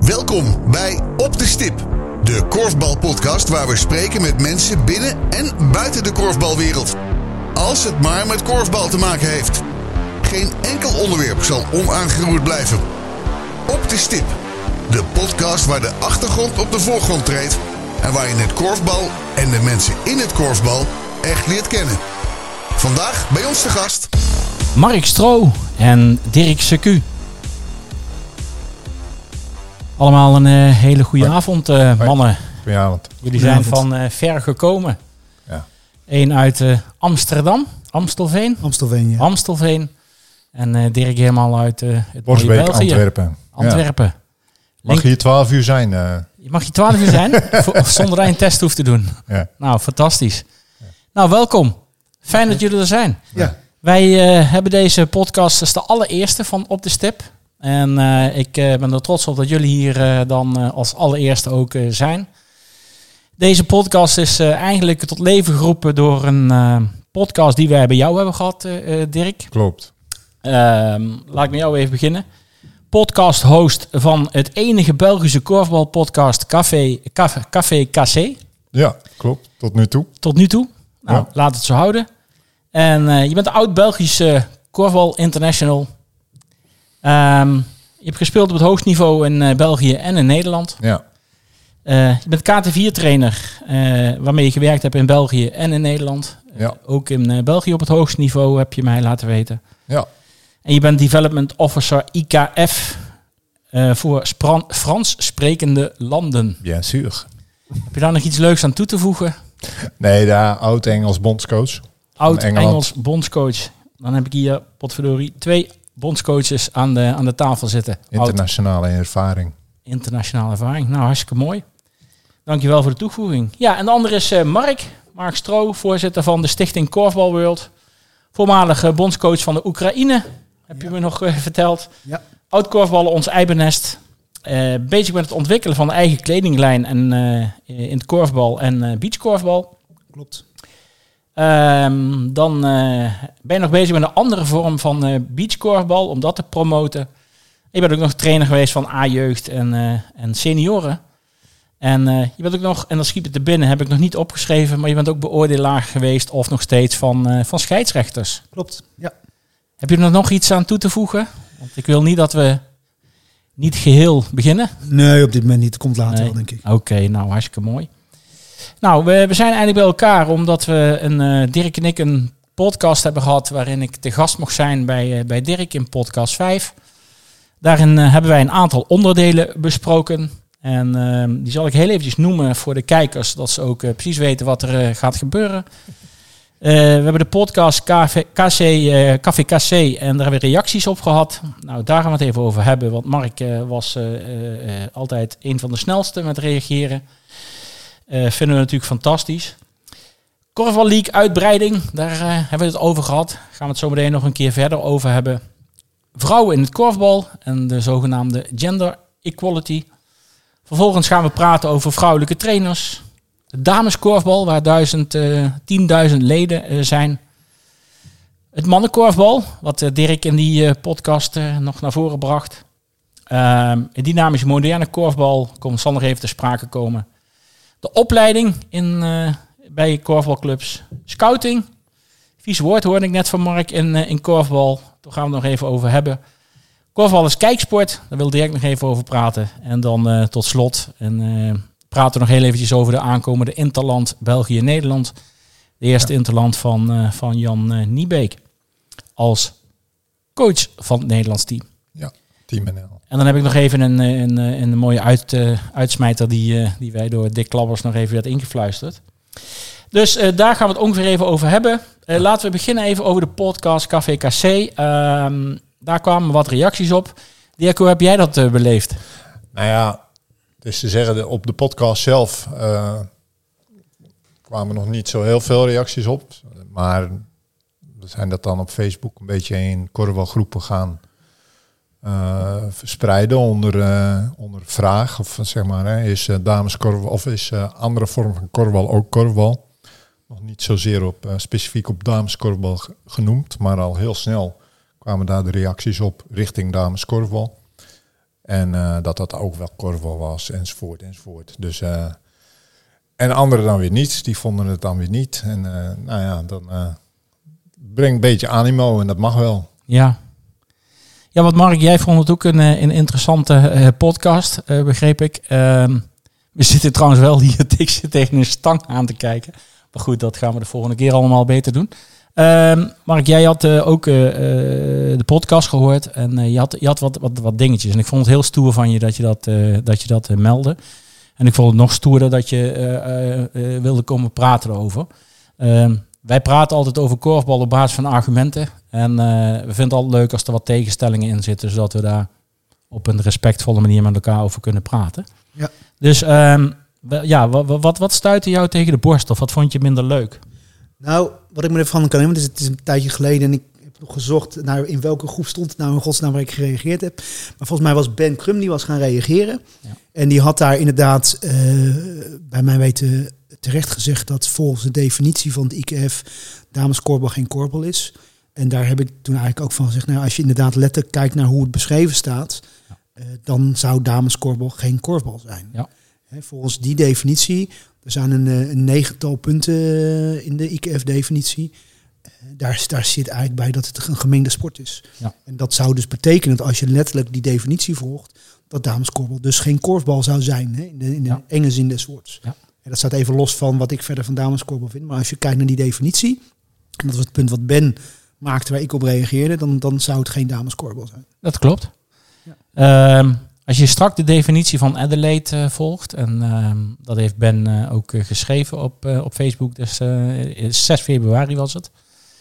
Welkom bij Op de Stip, de korfbalpodcast waar we spreken met mensen binnen en buiten de korfbalwereld. Als het maar met korfbal te maken heeft. Geen enkel onderwerp zal onaangeroerd blijven. Op de Stip, de podcast waar de achtergrond op de voorgrond treedt en waar je het korfbal en de mensen in het korfbal echt leert kennen. Vandaag bij ons te gast Mark Stro en Dirk Secu. Allemaal een hele goede avond, mannen. Goedenavond. Jullie zijn van ver gekomen. Ja. Eén uit Amsterdam, Amstelveen. Amstelveen, ja. Amstelveen. En Dirk helemaal uit het Borsbeek, mooie België. Antwerpen. Ja. Mag hier 12 uur zijn? Mag je 12 uur zijn? Zonder dat je een test hoeft te doen. Ja. Nou, fantastisch. Ja. Nou, welkom. Fijn dat jullie er zijn. Ja. Wij hebben deze podcast, dat is de allereerste van Op de Stip. En ik ben er trots op dat jullie hier dan als allereerste ook zijn. Deze podcast is eigenlijk tot leven geroepen door een podcast die wij bij jou hebben gehad, Dirk. Klopt. Laat ik met jou even beginnen. Podcast host van het enige Belgische korfbalpodcast Café KC. Ja, klopt. Tot nu toe. Tot nu toe. Nou, Ja. laat het zo houden. En je bent oud-Belgische korfbal international. Je hebt gespeeld op het hoogst niveau in België en in Nederland. Ja. Je bent KT4-trainer, waarmee je gewerkt hebt in België en in Nederland. Ja. Ook in België op het hoogst niveau, heb je mij laten weten. Ja. En je bent Development Officer IKF voor Frans sprekende landen. Bien sûr. Heb je daar nog iets leuks aan toe te voegen? Nee, daar oud-Engels bondscoach. Oud-Engels bondscoach. Dan heb ik hier, potverdorie, 2 bondscoaches aan de tafel zitten. Internationale ervaring. Internationale ervaring. Nou, hartstikke mooi. Dankjewel voor de toevoeging. Ja, en de andere is Mark Stro, voorzitter van de stichting Korfbal World. Voormalige bondscoach van de Oekraïne, heb je me nog verteld. Ja. Oud-korfballen, ons eibenest. Bezig met het ontwikkelen van de eigen kledinglijn en, in het korfbal en beachkorfbal. Klopt. Dan ben je nog bezig met een andere vorm van beachkorfbal, om dat te promoten. Je bent ook nog trainer geweest van A-jeugd en senioren. En je bent ook nog, en dat schiet het te binnen, heb ik nog niet opgeschreven, maar je bent ook beoordelaar geweest of nog steeds van scheidsrechters. Klopt, ja. Heb je er nog iets aan toe te voegen? Want ik wil niet dat we niet geheel beginnen. Nee, op dit moment niet. Het komt later wel, denk ik. Oké, nou hartstikke mooi. Nou, we zijn eigenlijk bij elkaar omdat we Dirk en ik een podcast hebben gehad waarin ik te gast mocht zijn bij Dirk in podcast 5. Daarin hebben wij een aantal onderdelen besproken. En die zal ik heel eventjes noemen voor de kijkers, dat ze ook precies weten wat er gaat gebeuren. We hebben de podcast Café KC en daar hebben we reacties op gehad. Nou, daar gaan we het even over hebben, want Mark was altijd een van de snelste met reageren. Vinden we natuurlijk fantastisch. Korfbal League uitbreiding, daar hebben we het over gehad. Gaan we het zo meteen nog een keer verder over hebben. Vrouwen in het korfbal en de zogenaamde gender equality. Vervolgens gaan we praten over vrouwelijke trainers. De dameskorfbal, waar 10.000 leden zijn. Het mannenkorfbal, wat Dirk in die podcast nog naar voren bracht. Het dynamische moderne korfbal, zal nog even ter sprake komen. De opleiding bij korfbalclubs. Scouting. Vies woord hoorde ik net van Mark in korfbal. Daar gaan we het nog even over hebben. Korfbal is kijksport. Daar wil Dirk nog even over praten. En dan tot slot. Praten we nog heel eventjes over de aankomende Interland België-Nederland. De eerste Interland van Jan Niebeek. Als coach van het Nederlands team. Ja, Team NL. En dan heb ik nog even een mooie uitsmijter die wij door Dick Klabbers nog even werd ingefluisterd. Dus daar gaan we het ongeveer even over hebben. Laten we beginnen even over de podcast Café KC. Daar kwamen wat reacties op. Dirk, hoe heb jij dat beleefd? Nou ja, dus te zeggen, op de podcast zelf kwamen nog niet zo heel veel reacties op. Maar we zijn dat dan op Facebook een beetje in korfbalgroepen gaan verspreiden onder vraag. Of zeg maar, is dameskorfbal of is andere vorm van korfbal ook korfbal? Nog niet zozeer specifiek op dameskorfbal genoemd, maar al heel snel kwamen daar de reacties op richting dameskorfbal. En dat ook wel korfbal was, enzovoort. Dus, en anderen dan weer niet. Die vonden het dan weer niet. En dan brengt een beetje animo en dat mag wel. Ja. Ja, wat Mark, jij vond het ook een interessante podcast, begreep ik. We zitten trouwens wel hier tegen een stang aan te kijken. Maar goed, dat gaan we de volgende keer allemaal beter doen. Mark, jij had ook de podcast gehoord en je had wat dingetjes. En ik vond het heel stoer van je dat je dat meldde. En ik vond het nog stoerder dat je wilde komen praten erover. Wij praten altijd over korfbal op basis van argumenten. En we vinden het altijd leuk als er wat tegenstellingen in zitten, zodat we daar op een respectvolle manier met elkaar over kunnen praten. Ja. Dus wat stuitte jou tegen de borst of wat vond je minder leuk? Nou, wat ik me ervan kan nemen, het is een tijdje geleden en ik heb nog gezocht naar in welke groep stond het nou in godsnaam waar ik gereageerd heb. Maar volgens mij was Ben Krum die was gaan reageren. Ja. En die had daar inderdaad bij mijn weten terecht gezegd dat volgens de definitie van het IKF dameskorfbal geen korfbal is. En daar heb ik toen eigenlijk ook van gezegd, nou, als je inderdaad letterlijk kijkt naar hoe het beschreven staat, dan zou dameskorfbal geen korfbal zijn. Ja. Volgens die definitie, er zijn een 9-tal punten in de IKF-definitie. Daar zit eigenlijk bij dat het een gemengde sport is. Ja. En dat zou dus betekenen dat als je letterlijk die definitie volgt, dat dameskorfbal dus geen korfbal zou zijn, hè, in de enge zin des woords. Ja. En dat staat even los van wat ik verder van dameskorfbal vind. Maar als je kijkt naar die definitie, en dat was het punt wat Ben maakte waar ik op reageerde, dan zou het geen dameskorfbal zijn. Dat klopt. Ja. Als je strak de definitie van Adelaide volgt, en dat heeft Ben ook geschreven op Facebook, dus 6 februari was het.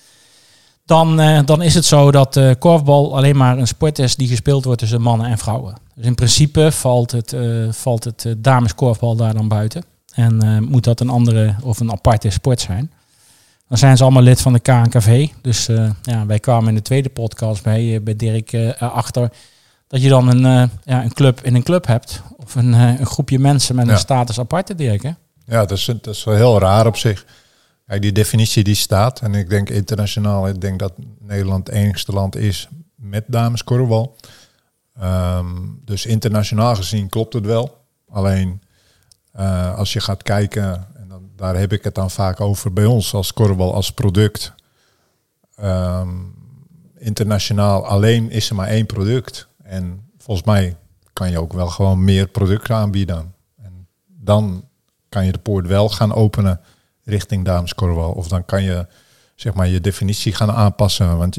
Dan is het zo dat korfbal alleen maar een sport is die gespeeld wordt tussen mannen en vrouwen. Dus in principe valt het dameskorfbal daar dan buiten. En moet dat een andere of een aparte sport zijn. Dan zijn ze allemaal lid van de KNKV. Dus wij kwamen in de tweede podcast bij Dirk achter dat je dan een club in een club hebt. Of een groepje mensen met een status aparte, Dirk, hè? Ja, dat is wel heel raar op zich. Kijk, die definitie die staat. En ik denk internationaal, ik denk dat Nederland het enigste land is met dameskorfbal. Dus internationaal gezien klopt het wel. Alleen als je gaat kijken, en daar heb ik het dan vaak over bij ons als korfbal als product. Internationaal alleen is er maar 1 product. En volgens mij kan je ook wel gewoon meer producten aanbieden. En dan kan je de poort wel gaan openen richting dameskorfbal. Of dan kan je zeg maar je definitie gaan aanpassen. Want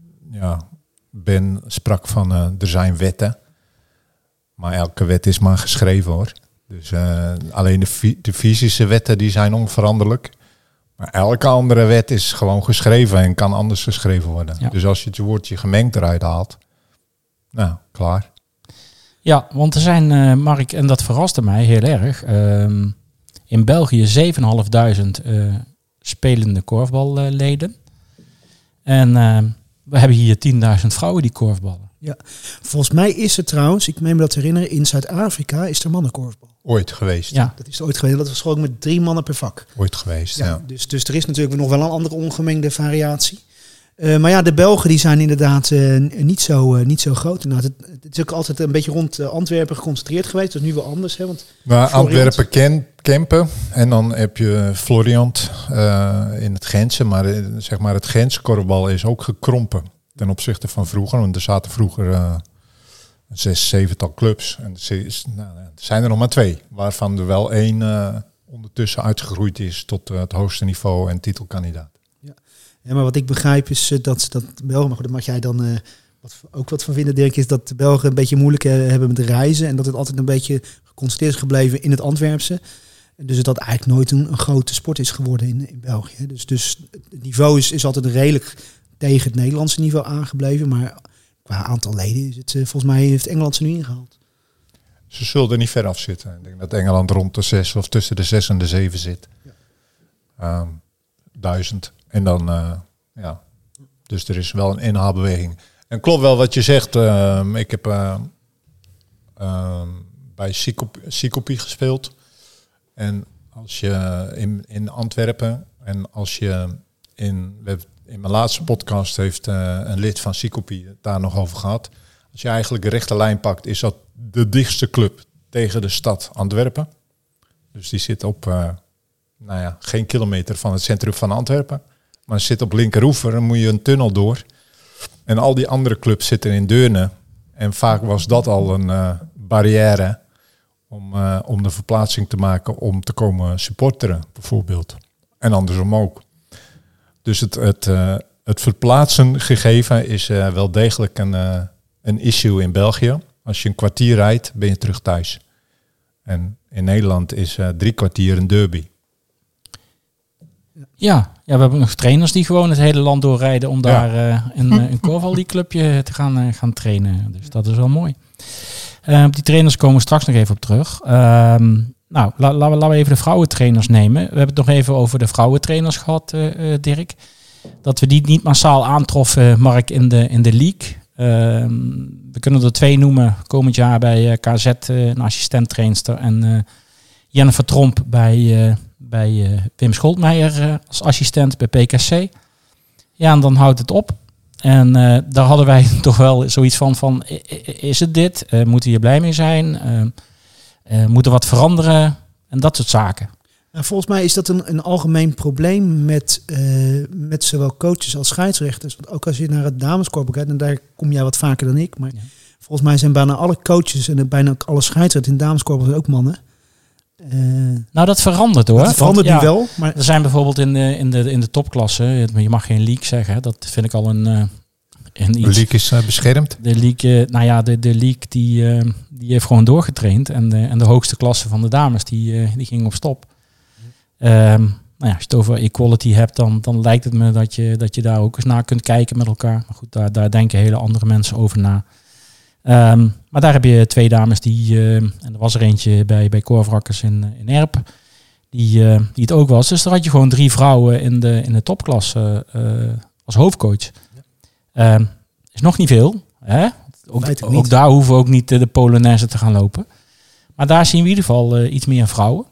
Ben sprak van er zijn wetten. Maar elke wet is maar geschreven, hoor. Dus alleen de fysische wetten die zijn onveranderlijk. Maar elke andere wet is gewoon geschreven en kan anders geschreven worden. Ja. Dus als je het woordje gemengd eruit haalt, nou, klaar. Ja, want er zijn, Mark, en dat verraste mij heel erg, in België 7.500 spelende korfballeden. En we hebben hier 10.000 vrouwen die korfballen. Ja, volgens mij is er trouwens, ik meen me dat te herinneren, in Zuid-Afrika is er mannenkorfbal. Ooit geweest. Ja, dat is ooit geweest. Dat was gewoon met 3 mannen per vak. Ooit geweest, ja. Dus er is natuurlijk nog wel een andere ongemengde variatie. Maar ja, de Belgen die zijn inderdaad niet zo groot. Nou, het is ook altijd een beetje rond Antwerpen geconcentreerd geweest. Dat is nu wel anders. Hè, want Antwerpen, Kempen en dan heb je Floriant in het Gentse. Maar zeg maar het Gentse korfbal is ook gekrompen ten opzichte van vroeger. Want er zaten vroeger 6, 7-tal clubs. En er zijn er nog maar 2. Waarvan er wel 1 ondertussen uitgegroeid is tot het hoogste niveau en titelkandidaat. Ja, maar wat ik begrijp is dat Belgen, maar goed, daar mag jij dan wat van vinden, Dirk, is dat de Belgen een beetje moeilijk hebben met reizen en dat het altijd een beetje geconcentreerd is gebleven in het Antwerpse. Dus dat eigenlijk nooit een grote sport is geworden in België. Dus het niveau is altijd redelijk tegen het Nederlandse niveau aangebleven, maar qua aantal leden is het volgens mij heeft Engeland ze nu ingehaald. Ze zullen er niet ver af zitten. Ik denk dat Engeland rond de 6 of tussen de 6 en de 7 zit. Ja. 1000. En dan, dus er is wel een inhaalbeweging. En klopt wel wat je zegt. Ik heb bij Sikopie gespeeld. En als je in Antwerpen en als je in mijn laatste podcast heeft een lid van Sikopie het daar nog over gehad. Als je eigenlijk de rechte lijn pakt, is dat de dichtste club tegen de stad Antwerpen. Dus die zit op geen kilometer van het centrum van Antwerpen. Maar zit op linkeroever, dan moet je een tunnel door. En al die andere clubs zitten in Deurne. En vaak was dat al een barrière om de verplaatsing te maken om te komen supporteren, bijvoorbeeld. En andersom ook. Dus het verplaatsen gegeven is wel degelijk een issue in België. Als je een kwartier rijdt, ben je terug thuis. En in Nederland is 3 kwartier een derby. Ja, we hebben nog trainers die gewoon het hele land doorrijden om daar een korfbalclubje te gaan trainen. Dus dat is wel mooi. Op die trainers komen we straks nog even op terug. Laten we even de vrouwentrainers nemen. We hebben het nog even over de vrouwentrainers gehad, Dirk. Dat we die niet massaal aantroffen, Mark, in de league. We kunnen er 2 noemen komend jaar bij KZ, een assistent-trainster. En Jennifer Tromp bij Wim Scholtmeijer als assistent bij PKC. Ja, en dan houdt het op. En daar hadden wij toch wel zoiets van is het dit? Moeten we hier blij mee zijn? Moet er wat veranderen? En dat soort zaken. Nou, volgens mij is dat een algemeen probleem met zowel coaches als scheidsrechters. Want ook als je naar het dameskorps kijkt, en daar kom jij wat vaker dan ik. Maar volgens mij zijn bijna alle coaches en bijna ook alle scheidsrechters in het dameskorps ook mannen. Nou, dat verandert hoor. Dat verandert nu wel. Maar er zijn bijvoorbeeld in de topklasse, je mag geen league zeggen, dat vind ik al een iets. De league is beschermd. De league, de league die heeft gewoon doorgetraind en de hoogste klasse van de dames die ging op stop. Als je het over equality hebt, dan lijkt het me dat je daar ook eens naar kunt kijken met elkaar. Maar goed, daar denken hele andere mensen over na. Maar daar heb je 2 dames en er was er eentje bij Korfrakkers in Erp, die het ook was. Dus daar had je gewoon 3 vrouwen in de topklasse als hoofdcoach. Is nog niet veel. Hè? Ook daar hoeven we ook niet de Polonaise te gaan lopen. Maar daar zien we in ieder geval iets meer vrouwen.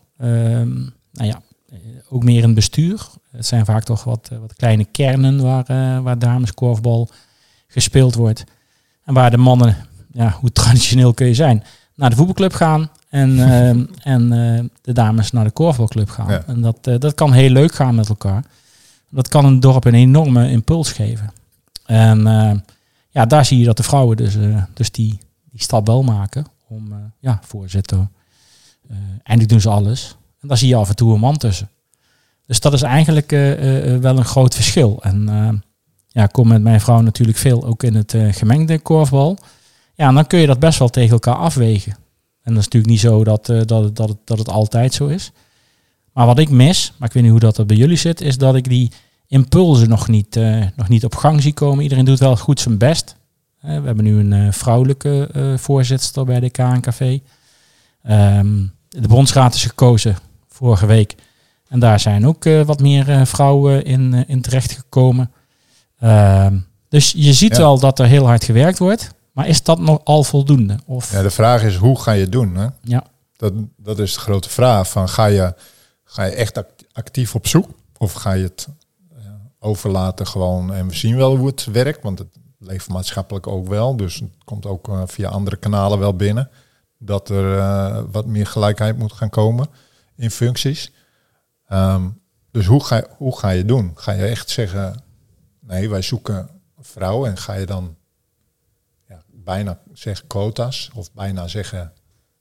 Ook meer in het bestuur. Het zijn vaak toch wat kleine kernen waar dameskorfbal gespeeld wordt. En waar de mannen, hoe traditioneel kun je zijn, naar de voetbalclub gaan en de dames naar de korfbalclub gaan. Ja. En dat kan heel leuk gaan met elkaar. Dat kan een dorp een enorme impuls geven. En daar zie je dat de vrouwen dus die stap wel maken om voorzitter. Eindelijk doen ze alles. En daar zie je af en toe een man tussen. Dus dat is eigenlijk wel een groot verschil. En ik kom met mijn vrouw natuurlijk veel ook in het gemengde korfbal. Ja, en dan kun je dat best wel tegen elkaar afwegen. En dat is natuurlijk niet zo dat het altijd zo is. Maar wat ik mis, maar ik weet niet hoe dat bij jullie zit, is dat ik die impulsen nog niet op gang zie komen. Iedereen doet wel goed zijn best. We hebben nu een vrouwelijke voorzitter bij de KNKV. De bondsraad is gekozen vorige week. En daar zijn ook wat meer vrouwen in terechtgekomen. Dus je ziet wel dat er heel hard gewerkt wordt. Maar is dat nog al voldoende? Of? Ja, de vraag is, hoe ga je het doen? Hè? Ja. Dat is de grote vraag. Ga je echt actief op zoek? Of ga je het overlaten gewoon en we zien wel hoe het werkt? Want het leeft maatschappelijk ook wel. Dus het komt ook via andere kanalen wel binnen. Dat er wat meer gelijkheid moet gaan komen in functies. Dus hoe ga je het doen? Ga je echt zeggen, nee, wij zoeken vrouwen en ga je dan bijna zeggen quota's of bijna zeggen,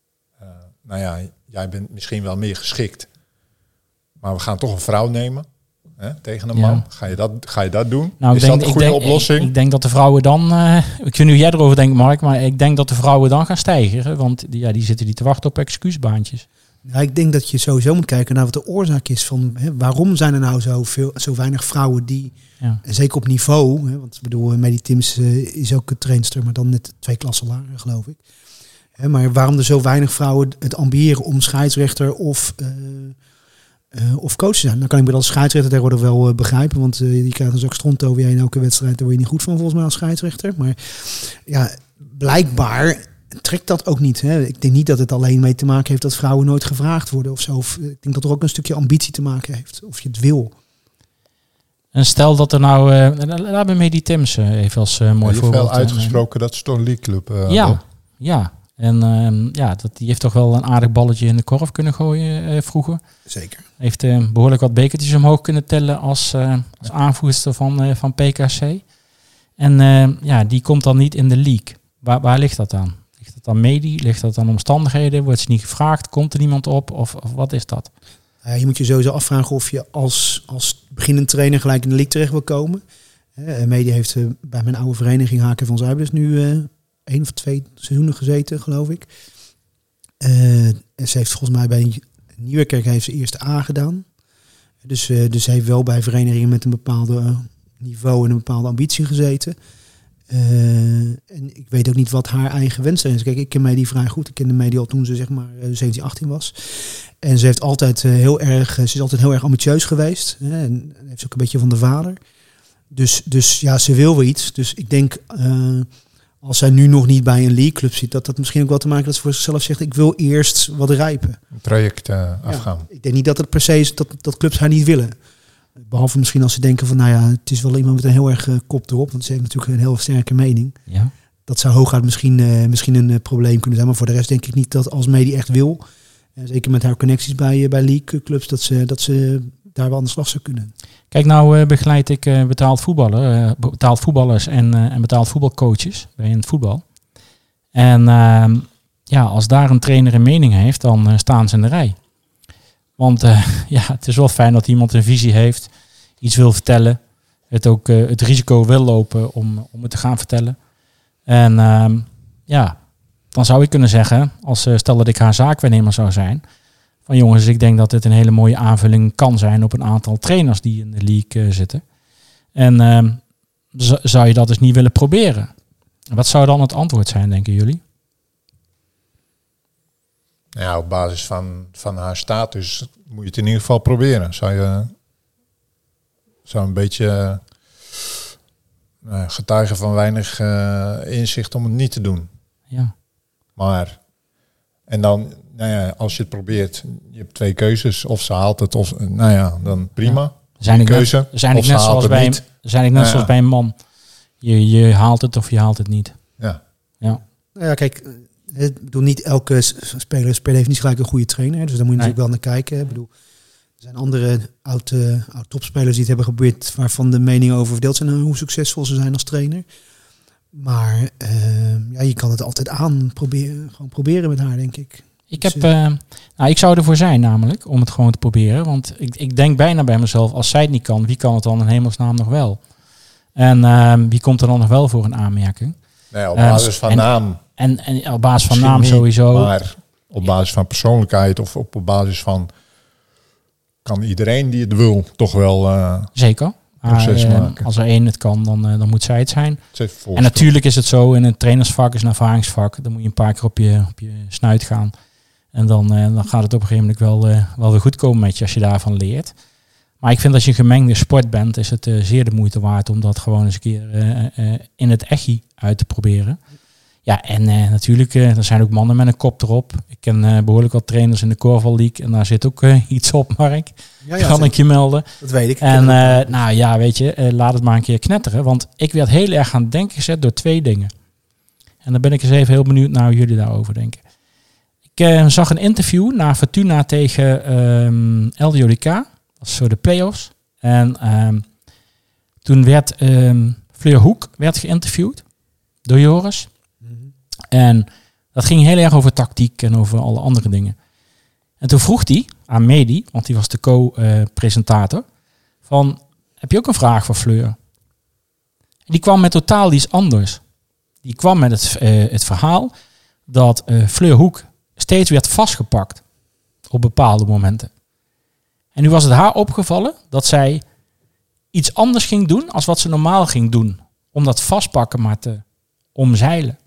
jij bent misschien wel meer geschikt, maar we gaan toch een vrouw nemen tegen een man. Ga je dat doen? Nou, is dat een goede oplossing? Ik denk dat de vrouwen dan, ik weet niet hoe jij erover denkt, Mark, maar ik denk dat de vrouwen dan gaan stijgen, want die zitten niet te wachten op excuusbaantjes. Ja, ik denk dat je sowieso moet kijken naar wat de oorzaak is van waarom zijn er nou zo weinig vrouwen die, zeker op niveau, want ik bedoel, Medi Tims is ook een trainster, maar dan net 2 klassen lager, geloof ik. Maar waarom er zo weinig vrouwen het ambiëren om scheidsrechter of coach te zijn? Dan kan ik me als scheidsrechter tegenwoordig wel begrijpen, want die krijgt dus ook stront over je in elke wedstrijd, daar word je niet goed van volgens mij als scheidsrechter. Maar ja, blijkbaar trekt dat ook niet. Hè? Ik denk niet dat het alleen mee te maken heeft dat vrouwen nooit gevraagd worden of zo. Of, ik denk dat er ook een stukje ambitie te maken heeft. Of je het wil. En stel dat er nou... laat me Mehdi Tims even als mooi Je voorbeeld. veel uitgesproken, dat is toch een League Club. Ja. En die heeft toch wel een aardig balletje in de korf kunnen gooien vroeger. Zeker. Heeft behoorlijk wat bekertjes omhoog kunnen tellen als aanvoerster van PKC. En die komt dan niet in de league. Waar ligt dat aan? Ligt dat aan Mehdi? Ligt dat aan omstandigheden? Wordt ze niet gevraagd? Komt er niemand op? Of wat is dat? Je moet je sowieso afvragen of je als beginnend trainer gelijk in de league terecht wil komen. Mehdi heeft bij mijn oude vereniging HK van Zuiders nu 1 of 2 seizoenen gezeten, geloof ik. En ze heeft volgens mij bij Nieuwerkerk heeft ze eerst A gedaan. Dus ze heeft wel bij verenigingen met een bepaalde niveau en een bepaalde ambitie gezeten. En ik weet ook niet wat haar eigen wens is. Kijk, ik ken Mehdi vrij goed. Ik kende Mehdi al toen ze zeg maar 17, 18 was. En ze heeft altijd heel erg ambitieus geweest. En heeft ook een beetje van de vader. Dus ja, ze wil wel iets. Dus ik denk, als zij nu nog niet bij een league club zit, dat misschien ook wel te maken dat ze voor zichzelf zegt, ik wil eerst wat rijpen. Een traject afgaan. Ik denk niet dat het per se is dat clubs haar niet willen. Behalve misschien als ze denken van, het is wel iemand met een heel erg kop erop. Want ze heeft natuurlijk een heel sterke mening. Ja. Dat zou hooguit misschien een probleem kunnen zijn. Maar voor de rest denk ik niet dat als Mehdi echt wil, zeker met haar connecties bij league clubs, dat ze daar wel aan de slag zou kunnen. Kijk, nou begeleid ik betaald voetballers en betaald voetbalcoaches bij het voetbal. En als daar een trainer een mening heeft, dan staan ze in de rij. Want het is wel fijn dat iemand een visie heeft, iets wil vertellen, het ook het risico wil lopen om het te gaan vertellen. En dan zou ik kunnen zeggen, stel dat ik haar zaakwaarnemer zou zijn, van jongens, ik denk dat dit een hele mooie aanvulling kan zijn op een aantal trainers die in de league zitten. En zou je dat dus niet willen proberen? Wat zou dan het antwoord zijn, denken jullie? Ja, op basis van haar status moet je het in ieder geval proberen. Zou een beetje getuigen van weinig inzicht om het niet te doen. Ja. Maar, en dan, als je het probeert, je hebt 2 keuzes. Of ze haalt het, of dan prima. Ja. Zijn ik net zoals bij een man. Je haalt het of je haalt het niet. Ja. Nou ja, kijk, ik bedoel, niet elke speler heeft niet gelijk een goede trainer. Dus daar moet je natuurlijk wel naar kijken. Ik bedoel, er zijn andere oud-topspelers die het hebben geprobeerd, waarvan de meningen over verdeeld zijn hoe succesvol ze zijn als trainer. Maar je kan het altijd gewoon proberen met haar, denk ik. Ik zou ervoor zijn namelijk, om het gewoon te proberen. Want ik denk bijna bij mezelf, als zij het niet kan, wie kan het dan in hemelsnaam nog wel? En wie komt er dan nog wel voor een aanmerking? Nee, op basis van naam. En op basis van naam sowieso. Maar op basis van persoonlijkheid of op basis van, kan iedereen die het wil toch wel zeker. proces maken. Als er één het kan, dan moet zij het zijn. En natuurlijk is het zo, in een trainersvak is een ervaringsvak. Dan moet je een paar keer op je snuit gaan. En dan gaat het op een gegeven moment wel weer goed komen met je als je daarvan leert. Maar ik vind als je een gemengde sport bent, is het zeer de moeite waard om dat gewoon eens een keer in het echi uit te proberen. Ja, en natuurlijk, er zijn ook mannen met een kop erop. Ik ken behoorlijk wat trainers in de Korfbal League en daar zit ook iets op, Mark. Kan ik je melden. Dat weet ik. En weet je, laat het maar een keer knetteren. Want ik werd heel erg aan het denken gezet door 2 dingen. En dan ben ik eens even heel benieuwd naar hoe jullie daarover denken. Ik zag een interview naar Fortuna tegen LDODK. Dat is zo de play-offs. En toen werd Fleur Hoek geïnterviewd door Joris. Mm-hmm. En dat ging heel erg over tactiek en over alle andere dingen. En toen vroeg hij aan Mehdi, want die was de co-presentator, van, heb je ook een vraag voor Fleur? En die kwam met totaal iets anders. Die kwam met het verhaal dat Fleur Hoek steeds werd vastgepakt op bepaalde momenten. En nu was het haar opgevallen dat zij iets anders ging doen als wat ze normaal ging doen. Om dat vastpakken maar te omzeilen.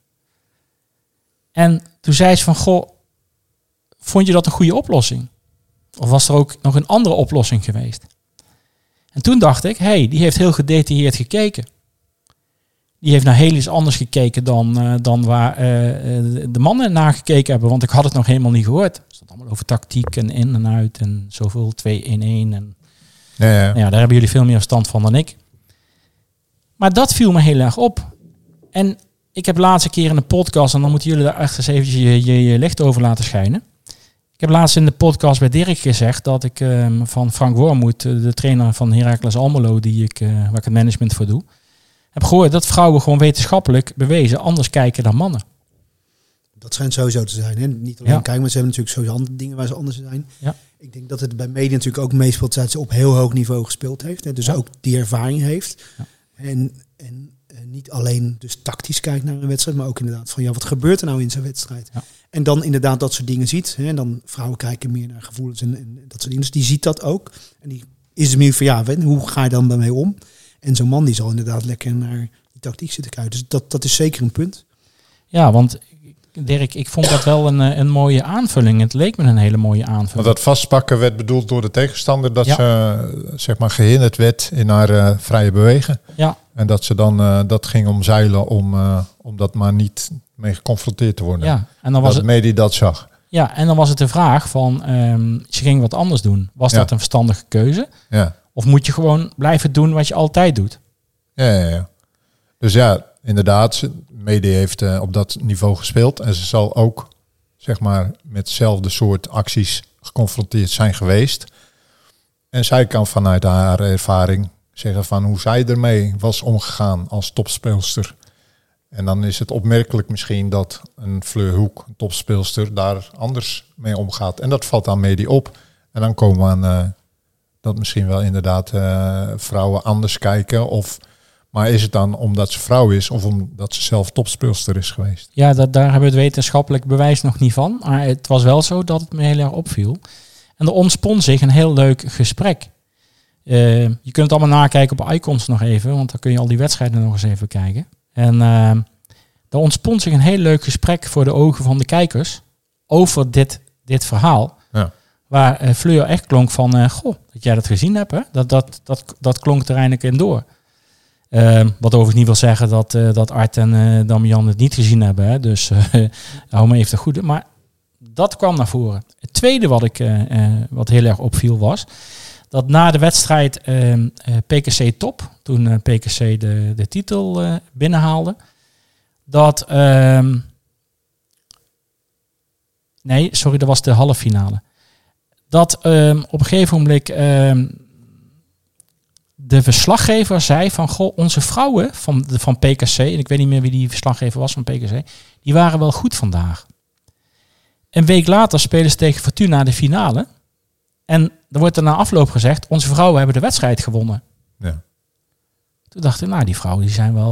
En toen zei ze van, goh, vond je dat een goede oplossing? Of was er ook nog een andere oplossing geweest? En toen dacht ik, die heeft heel gedetailleerd gekeken. Die heeft naar heel iets anders gekeken dan waar de mannen naar gekeken hebben. Want ik had het nog helemaal niet gehoord. Het stond allemaal over tactiek en in en uit en zoveel 2-1-1 en Ja. Nou ja, daar hebben jullie veel meer verstand van dan ik. Maar dat viel me heel erg op. En ik heb laatst een keer in de podcast, en dan moeten jullie daar echt eens eventjes je licht over laten schijnen. Ik heb laatst in de podcast bij Dirk gezegd dat ik van Frank Wormoed, de trainer van Heracles Almelo, waar ik het management voor doe, heb gehoord dat vrouwen gewoon wetenschappelijk bewezen anders kijken dan mannen. Dat schijnt sowieso te zijn. Hè? Niet alleen kijken, maar ze hebben natuurlijk sowieso andere dingen waar ze anders zijn. Ja. Ik denk dat het bij media natuurlijk ook meespeelt dat ze op heel hoog niveau gespeeld heeft. Hè? Dus ook die ervaring heeft. Ja. En niet alleen dus tactisch kijkt naar een wedstrijd, maar ook inderdaad van wat gebeurt er nou in zo'n wedstrijd? Ja. En dan inderdaad dat soort dingen ziet. Hè? En dan vrouwen kijken meer naar gevoelens en dat soort dingen. Dus die ziet dat ook. En die is meer van hoe ga je dan daarmee om? En zo'n man die zal inderdaad lekker naar die tactiek zitten kijken. Dus dat is zeker een punt. Ja, want Dirk, ik vond dat wel een mooie aanvulling. Het leek me een hele mooie aanvulling. Want dat vastpakken werd bedoeld door de tegenstander dat ze zeg maar gehinderd werd in haar vrije bewegen. Ja. En dat ze dan dat ging omzeilen om dat maar niet mee geconfronteerd te worden. Ja. En dan was het media dat zag. Ja, en dan was het de vraag van, ze ging wat anders doen. Was dat een verstandige keuze? Ja. Of moet je gewoon blijven doen wat je altijd doet? Ja. Dus ja, inderdaad, media heeft op dat niveau gespeeld. En ze zal ook, zeg maar, met hetzelfde soort acties geconfronteerd zijn geweest. En zij kan vanuit haar ervaring zeggen van hoe zij ermee was omgegaan als topspeelster. En dan is het opmerkelijk misschien dat een Fleur Hoek, een topspeelster, daar anders mee omgaat. En dat valt aan media op. En dan komen we aan dat misschien wel inderdaad vrouwen anders kijken. Maar is het dan omdat ze vrouw is of omdat ze zelf topspeelster is geweest? Ja, daar hebben we het wetenschappelijk bewijs nog niet van. Maar het was wel zo dat het me heel erg opviel. En er ontspon zich een heel leuk gesprek. Je kunt het allemaal nakijken op Icons nog even, want dan kun je al die wedstrijden nog eens even kijken. En er ontspon zich een heel leuk gesprek voor de ogen van de kijkers over dit verhaal. Ja. Waar Fleur echt klonk van, dat jij dat gezien hebt, hè? Dat klonk er eindelijk in door. Wat overigens niet wil zeggen dat Art en Damian het niet gezien hebben. Hè? Dus hou me even te goede. Maar dat kwam naar voren. Het tweede wat heel erg opviel was dat na de wedstrijd PKC Top, toen PKC de titel binnenhaalde, dat dat was de halve finale. Dat op een gegeven moment de verslaggever zei van, onze vrouwen van PKC, en ik weet niet meer wie die verslaggever was van PKC, die waren wel goed vandaag. Een week later spelen ze tegen Fortuna de finale. En er wordt er na afloop gezegd, onze vrouwen hebben de wedstrijd gewonnen. Ja. Toen dacht ik, die vrouwen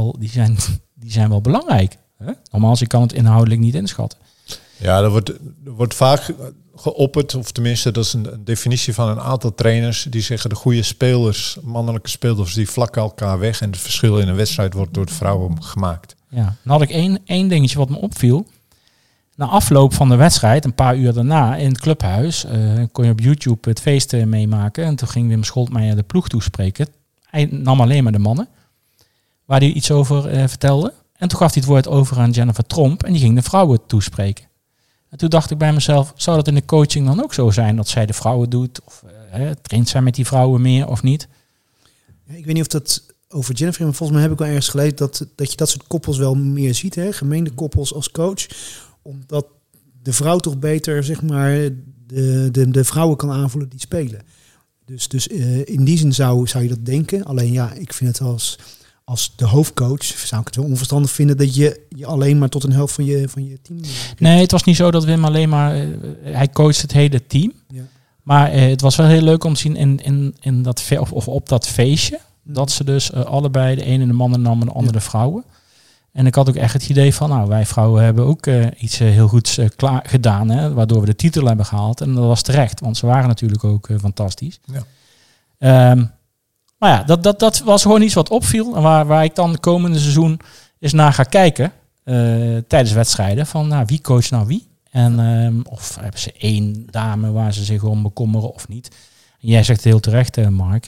die zijn wel belangrijk. Hè? Normaal je kan het inhoudelijk niet inschatten. Ja, er wordt vaak geopperd, of tenminste dat is een definitie van een aantal trainers die zeggen de goede spelers, mannelijke spelers, die vlakken elkaar weg en het verschil in een wedstrijd wordt door de vrouwen gemaakt. Ja, dan had ik één dingetje wat me opviel. Na afloop van de wedstrijd, een paar uur daarna, in het clubhuis, kon je op YouTube het feest meemaken. En toen ging Wim Scholtmeijer de ploeg toespreken. Hij nam alleen maar de mannen, waar hij iets over vertelde. En toen gaf hij het woord over aan Jennifer Tromp en die ging de vrouwen toespreken. En toen dacht ik bij mezelf, zou dat in de coaching dan ook zo zijn? Dat zij de vrouwen doet? Of traint zij met die vrouwen meer of niet? Ja, ik weet niet of dat over Jennifer, maar volgens mij heb ik wel ergens gelezen dat je dat soort koppels wel meer ziet. Hè? Gemeende koppels als coach. Omdat de vrouw toch beter, zeg maar, de vrouwen kan aanvoelen die spelen. Dus in die zin zou je dat denken. Alleen ja, ik vind het als de hoofdcoach zou ik het wel onverstandig vinden dat je alleen maar tot een helft van je team... Nee, het was niet zo dat Wim alleen maar... hij coacht het hele team. Ja. Maar het was wel heel leuk om te zien in dat of op dat feestje. Dat ze dus allebei de ene de mannen nam en de andere de vrouwen. En ik had ook echt het idee van, wij vrouwen hebben ook iets heel goeds klaar gedaan. Hè, waardoor we de titel hebben gehaald. En dat was terecht, want ze waren natuurlijk ook fantastisch. Ja. Maar ja, dat was gewoon iets wat opviel. En waar ik dan de komende seizoen eens naar ga kijken. Tijdens wedstrijden. Van wie coacht nou wie? En of hebben ze één dame waar ze zich om bekommeren of niet. En jij zegt heel terecht, Mark.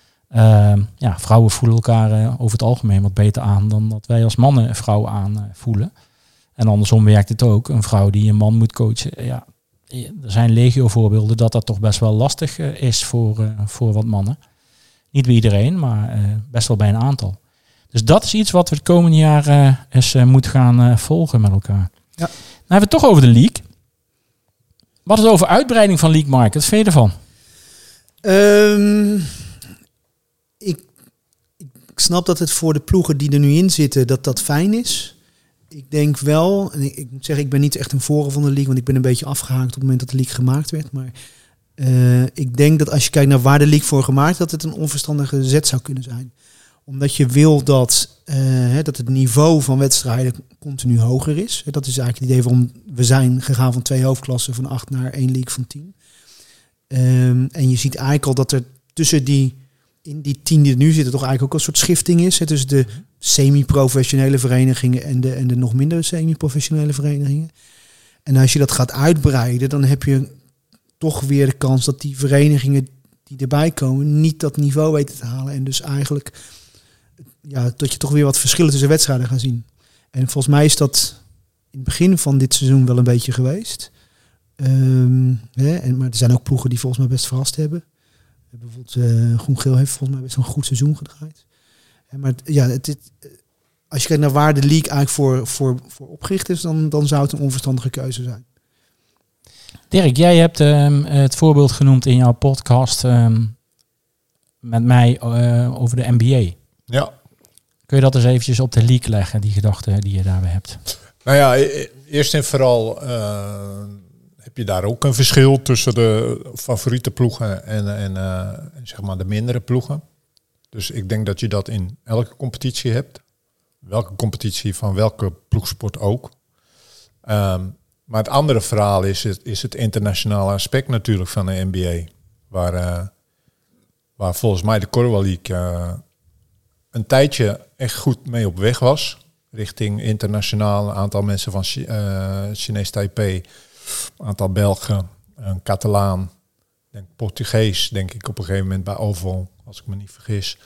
Vrouwen voelen elkaar over het algemeen wat beter aan dan dat wij als mannen vrouwen aanvoelen. En andersom werkt het ook. Een vrouw die een man moet coachen. Ja, er zijn legio voorbeelden dat toch best wel lastig is voor wat mannen. Niet bij iedereen, maar best wel bij een aantal. Dus dat is iets wat we het komende jaar eens moeten gaan volgen met elkaar. Ja. Nou hebben we het toch over de league. Wat is over uitbreiding van League Market? Wat vind je ervan? Ik snap dat het voor de ploegen die er nu in zitten, dat fijn is. Ik denk wel, en ik moet zeggen, ik ben niet echt een voorstander van de league, want ik ben een beetje afgehaakt op het moment dat de league gemaakt werd. Maar ik denk dat als je kijkt naar waar de league voor gemaakt is, dat het een onverstandige zet zou kunnen zijn. Omdat je wil dat het niveau van wedstrijden continu hoger is. Dat is eigenlijk het idee waarom we zijn gegaan van 2 hoofdklassen van 8 naar 1 league van 10. En je ziet eigenlijk al dat er tussen in die 10 die er nu zitten toch eigenlijk ook een soort schifting is. Tussen de semi-professionele verenigingen en de nog minder semi-professionele verenigingen. En als je dat gaat uitbreiden, dan heb je toch weer de kans dat die verenigingen die erbij komen niet dat niveau weten te halen. En dus eigenlijk dat je toch weer wat verschillen tussen wedstrijden gaat zien. En volgens mij is dat in het begin van dit seizoen wel een beetje geweest. Maar er zijn ook ploegen die volgens mij best verrast hebben. Bijvoorbeeld Groen-Geel heeft volgens mij best een goed seizoen gedraaid. Maar als je kijkt naar waar de league eigenlijk voor opgericht is, dan zou het een onverstandige keuze zijn. Dirk, jij hebt het voorbeeld genoemd in jouw podcast met mij over de NBA. Ja. Kun je dat eens eventjes op de league leggen, die gedachte die je daarbij hebt? Nou ja, eerst en vooral heb je daar ook een verschil tussen de favoriete ploegen en zeg maar de mindere ploegen. Dus ik denk dat je dat in elke competitie hebt. Welke competitie van welke ploegsport ook. Maar het andere verhaal is het internationale aspect natuurlijk van de NBA. Waar volgens mij de Korfbal League een tijdje echt goed mee op weg was. Richting internationaal, een aantal mensen van Chinees Taipei, een aantal Belgen, een Catalaan, denk Portugees, denk ik op een gegeven moment bij Oval, als ik me niet vergis.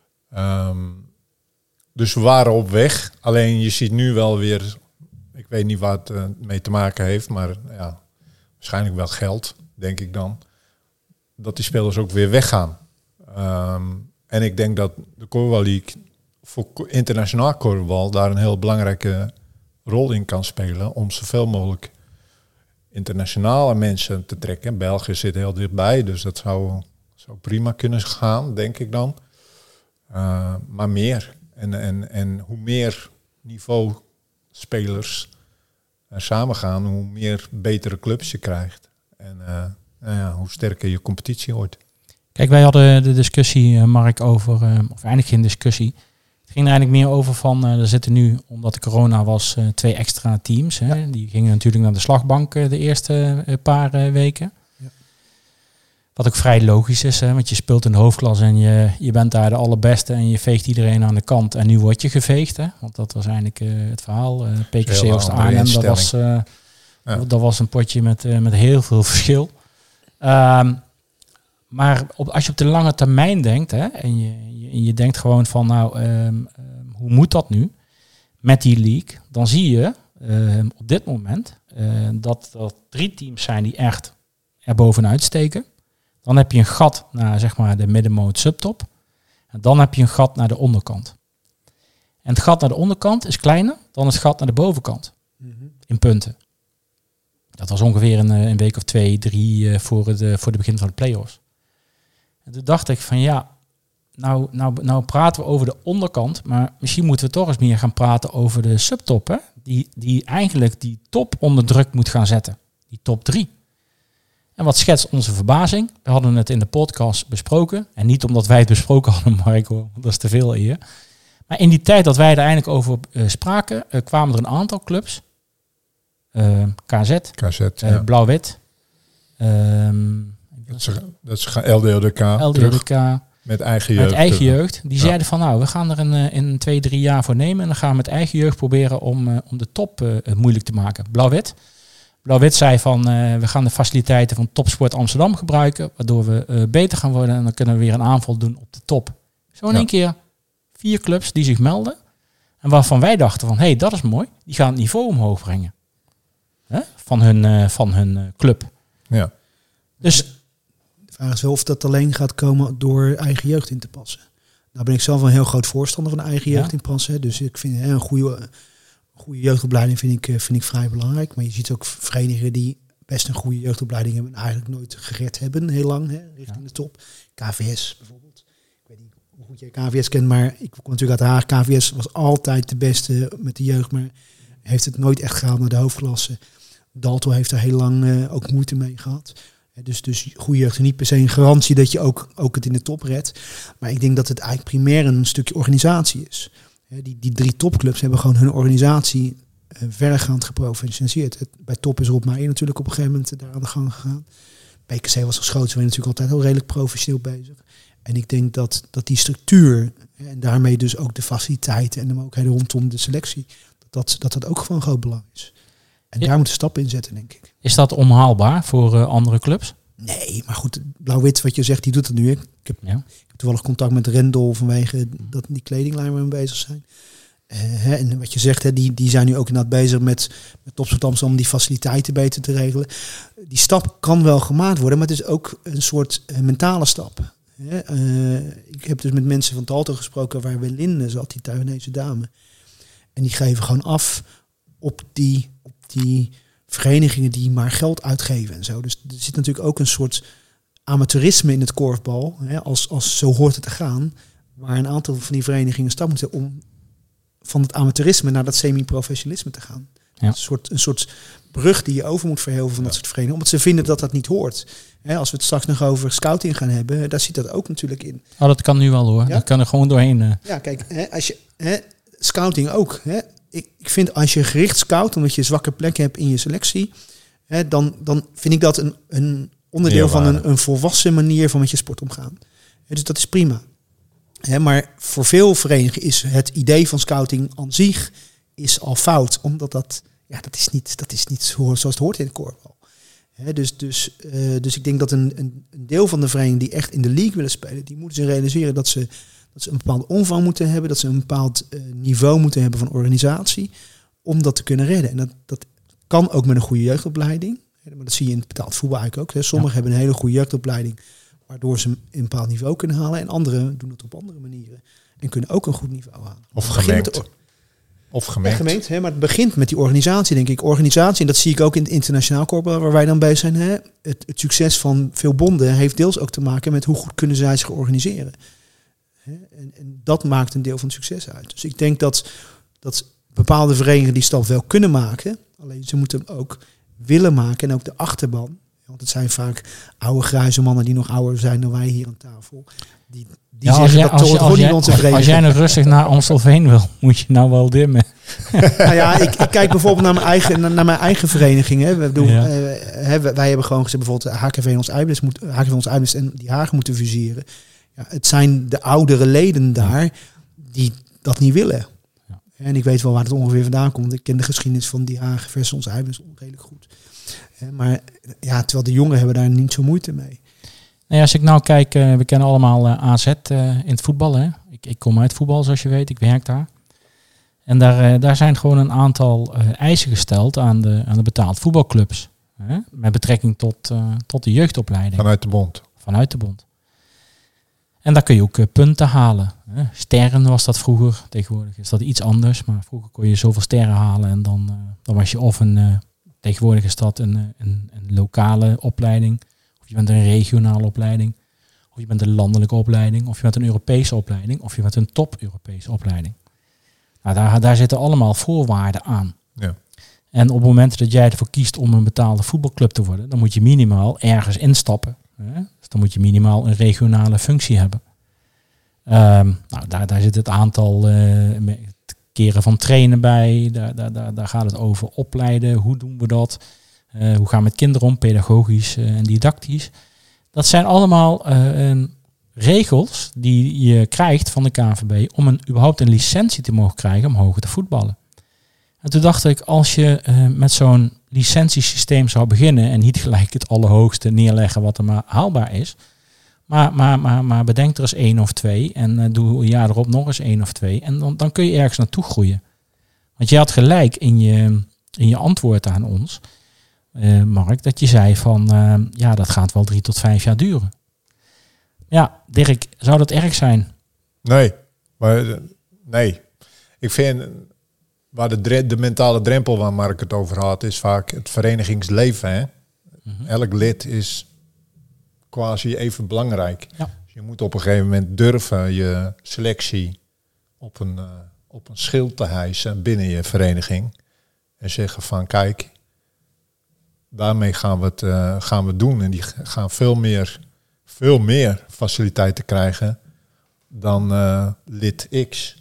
Dus we waren op weg. Alleen je ziet nu wel weer, ik weet niet waar het mee te maken heeft, maar ja, waarschijnlijk wel geld, denk ik dan, dat die spelers ook weer weggaan. En ik denk dat de Korfbal League voor internationaal korfbal daar een heel belangrijke rol in kan spelen om zoveel mogelijk internationale mensen te trekken. België zit heel dichtbij, dus dat zou prima kunnen gaan, denk ik dan. Maar meer. En hoe meer niveau spelers samen gaan, hoe meer betere clubs je krijgt. En hoe sterker je competitie wordt. Kijk, wij hadden de discussie, Mark, over, of eigenlijk geen discussie. Het ging er eigenlijk meer over van, er zitten nu, omdat de corona was, 2 extra teams. Hè? Ja. Die gingen natuurlijk naar de slagbank de eerste paar weken. Ja. Wat ook vrij logisch is, hè? Want je speelt in de hoofdklasse en je bent daar de allerbeste en je veegt iedereen aan de kant. En nu word je geveegd, hè? Want dat was eigenlijk het verhaal. PKC Oost-Arnhem, dat was een potje met heel veel verschil. Maar als je op de lange termijn denkt, hè, en je denkt gewoon van, hoe moet dat nu met die league? Dan zie je op dit moment dat er 3 teams zijn die echt er bovenuit steken. Dan heb je een gat naar zeg maar de middenmoot subtop. En dan heb je een gat naar de onderkant. En het gat naar de onderkant is kleiner dan het gat naar de bovenkant. Mm-hmm. In punten. Dat was ongeveer een week of 2, 3 voor de begin van de play-offs. En toen dacht ik van nou praten we over de onderkant, maar misschien moeten we toch eens meer gaan praten over de subtop, hè? Die eigenlijk die top onder druk moet gaan zetten. Die top 3. En wat schetst onze verbazing? We hadden het in de podcast besproken. En niet omdat wij het besproken hadden, Marco, want dat is te veel eer. Maar in die tijd dat wij er eindelijk over spraken, kwamen er een aantal clubs. KZ, ja. Blauw-Wit. Dat is LDLDK. Met eigen jeugd. Met eigen jeugd. Die zeiden van we gaan er in 2-3 jaar voor nemen. En dan gaan we met eigen jeugd proberen om de top moeilijk te maken. Blauw-Wit zei van we gaan de faciliteiten van Topsport Amsterdam gebruiken. Waardoor we beter gaan worden. En dan kunnen we weer een aanval doen op de top. Zo in één keer 4 clubs die zich melden. En waarvan wij dachten van dat is mooi. Die gaan het niveau omhoog brengen. Van hun club. Ja. Dus vraag is wel of dat alleen gaat komen door eigen jeugd in te passen. Nou ben ik zelf wel een heel groot voorstander van de eigen jeugd inpassen. Dus ik vind een goede jeugdopleiding vind ik vrij belangrijk. Maar je ziet ook verenigingen die best een goede jeugdopleiding hebben en eigenlijk nooit gered hebben, heel lang, richting de top. KVS bijvoorbeeld. Ik weet niet hoe goed jij KVS kent, maar ik kom natuurlijk uit de Haag. KVS was altijd de beste met de jeugd, maar heeft het nooit echt gehaald naar de hoofdklasse. Dalto heeft er heel lang ook moeite mee gehad. Dus goede jeugd is niet per se een garantie dat je ook het in de top redt. Maar ik denk dat het eigenlijk primair een stukje organisatie is. Die 3 topclubs hebben gewoon hun organisatie verregaand geprofessionaliseerd. Bij Top is Rob Meijer natuurlijk op een gegeven moment daar aan de gang gegaan. BKC was als grootste natuurlijk altijd al redelijk professioneel bezig. En ik denk dat die structuur en daarmee dus ook de faciliteiten en de mogelijkheden rondom de selectie, dat ook gewoon groot belang is. En daar moeten stappen in zetten, denk ik. Is dat onhaalbaar voor andere clubs? Nee, maar goed, Blauw-Wit, wat je zegt, die doet het nu. Ik heb toevallig contact met Rendel vanwege dat die kledinglijn waar we bezig zijn. En wat je zegt, die zijn nu ook inderdaad bezig met Topsport Amsterdam om die faciliteiten beter te regelen. Die stap kan wel gemaakt worden, maar het is ook een soort mentale stap. Ik heb dus met mensen van Dalto gesproken waar Welinde zat, die Taiwanese dame. En die geven gewoon af op die verenigingen die maar geld uitgeven en zo. Dus er zit natuurlijk ook een soort amateurisme in het korfbal, als zo hoort het te gaan, waar een aantal van die verenigingen stap moeten om van het amateurisme naar dat semi-professionalisme te gaan. Ja. Een soort brug die je over moet verheven van dat soort verenigingen, omdat ze vinden dat dat niet hoort. Als we het straks nog over scouting gaan hebben, daar zit dat ook natuurlijk in. Oh, dat kan nu wel hoor. Ja? Dat kan er gewoon doorheen. Ja, kijk, als je scouting ook. Ik vind als je gericht scout, omdat je zwakke plekken hebt in je selectie, dan vind ik dat een onderdeel van een volwassen manier van met je sport omgaan. Dus dat is prima. Maar voor veel verenigingen is het idee van scouting aan zich is al fout, omdat dat is niet zoals het hoort in het korfbal. Dus ik denk dat een deel van de verenigingen die echt in de league willen spelen, die moeten zich realiseren dat ze een bepaalde omvang moeten hebben, dat ze een bepaald niveau moeten hebben van organisatie om dat te kunnen redden. En dat kan ook met een goede jeugdopleiding. Maar dat zie je in het betaald voetbal eigenlijk ook. Sommigen hebben een hele goede jeugdopleiding, waardoor ze een bepaald niveau kunnen halen. En anderen doen het op andere manieren en kunnen ook een goed niveau halen. Of gemengd. Maar het begint met die organisatie, denk ik. Organisatie, en dat zie ik ook in het internationaal korfbal waar wij dan bij zijn. Het succes van veel bonden heeft deels ook te maken met hoe goed kunnen zij zich organiseren. En dat maakt een deel van het succes uit. Dus ik denk dat bepaalde verenigingen die stap wel kunnen maken. Alleen ze moeten hem ook willen maken. En ook de achterban. Want het zijn vaak oude grijze mannen die nog ouder zijn dan wij hier aan tafel. Die zeggen als jij nog rustig naar Amstelveen wil, moet je nou wel dimmen. Nou ja, ik kijk bijvoorbeeld naar mijn eigen vereniging. Wij hebben gewoon gezegd bijvoorbeeld HKV ons Eiblis en die Hagen moeten fuseren. Ja, het zijn de oudere leden daar die dat niet willen. Ja. En ik weet wel waar het ongeveer vandaan komt. Ik ken de geschiedenis van die Hagen versus ons Eiblis redelijk goed. Maar ja, terwijl de jongeren hebben daar niet zo moeite mee. Nee, als ik nou kijk, we kennen allemaal AZ in het voetbal. Hè? Ik kom uit voetbal, zoals je weet. Ik werk daar. En daar zijn gewoon een aantal eisen gesteld aan de betaald voetbalclubs. Hè? Met betrekking tot de jeugdopleiding. Vanuit de bond. En daar kun je ook punten halen. Hè? Sterren was dat vroeger. Tegenwoordig is dat iets anders. Maar vroeger kon je zoveel sterren halen. En dan was je of tegenwoordig is dat een lokale opleiding. Of je bent een regionale opleiding. Of je bent een landelijke opleiding. Of je bent een Europese opleiding. Of je bent een top-Europese opleiding. Nou, daar zitten allemaal voorwaarden aan. Ja. En op het moment dat jij ervoor kiest om een betaalde voetbalclub te worden, dan moet je minimaal ergens instappen. Hè? Dus dan moet je minimaal een regionale functie hebben. Daar zit het aantal keren van trainen bij. Daar gaat het over opleiden. Hoe doen we dat? Hoe gaan we met kinderen om? Pedagogisch en didactisch. Dat zijn allemaal regels die je krijgt van de KNVB om überhaupt een licentie te mogen krijgen om hoger te voetballen. En toen dacht ik, als je met zo'n licentiesysteem zou beginnen en niet gelijk het allerhoogste neerleggen wat er maar haalbaar is, maar bedenk er eens 1 of 2 en doe een jaar erop nog eens 1 of 2 en dan kun je ergens naartoe groeien. Want je had gelijk in je antwoord aan ons, Mark, dat je zei van dat gaat wel 3 tot 5 jaar duren. Ja, Dirk, zou dat erg zijn? Nee, ik vind waar de mentale drempel waar Mark het over had, is vaak het verenigingsleven. Hè? Mm-hmm. Elk lid is quasi even belangrijk. Ja. Dus je moet op een gegeven moment durven je selectie op een schild te hijsen binnen je vereniging. En zeggen van kijk, daarmee gaan we het doen. En die gaan veel meer faciliteiten krijgen dan lid X.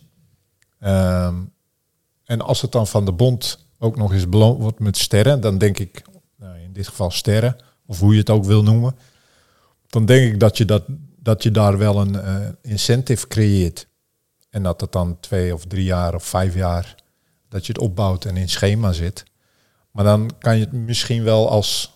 En als het dan van de bond ook nog eens beloond wordt met sterren, dan denk ik, in dit geval sterren, of hoe je het ook wil noemen, dan denk ik dat je daar wel een incentive creëert. En dat het dan 2 of 3 jaar of 5 jaar, dat je het opbouwt en in schema zit. Maar dan kan je het misschien wel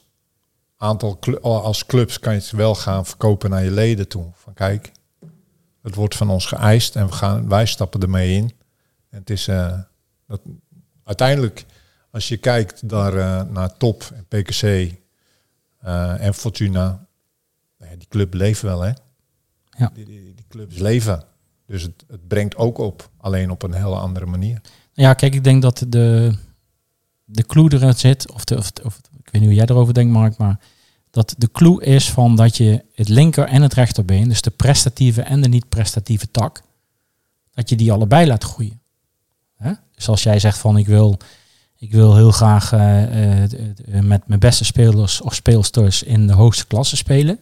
als clubs kan je het wel gaan verkopen naar je leden toe. Van kijk, het wordt van ons geëist en wij stappen ermee in. En het is uiteindelijk, als je kijkt naar Top en PKC en Fortuna, die club leeft wel, hè? Ja. Die clubs leven. Dus het brengt ook op, alleen op een hele andere manier. Ja, kijk, ik denk dat de clue erin zit, of ik weet niet hoe jij erover denkt, Mark, maar dat de clue is van dat je het linker en het rechterbeen, dus de prestatieve en de niet-prestatieve tak, dat je die allebei laat groeien. Dus als jij zegt van ik wil heel graag met mijn beste spelers of speelsters in de hoogste klasse spelen,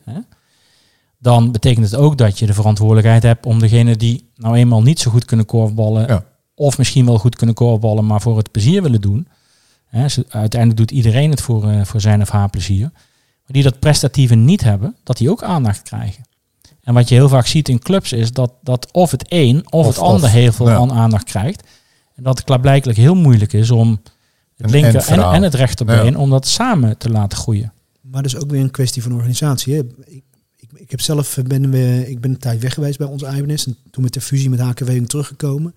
dan betekent het ook dat je de verantwoordelijkheid hebt om degene die nou eenmaal niet zo goed kunnen korfballen, of misschien wel goed kunnen korfballen, maar voor het plezier willen doen. Uiteindelijk doet iedereen het voor zijn of haar plezier. Maar die dat prestatieve niet hebben, dat die ook aandacht krijgen. En wat je heel vaak ziet in clubs is dat of het een of het ander heel veel aandacht krijgt. En dat het klaarblijkelijk heel moeilijk is om het linker en het rechterbeen om dat samen te laten groeien. Maar dat is ook weer een kwestie van organisatie. Hè? Ik heb zelf ik ben een tijd weg geweest bij ons IBNS. En toen met de fusie met HKW teruggekomen.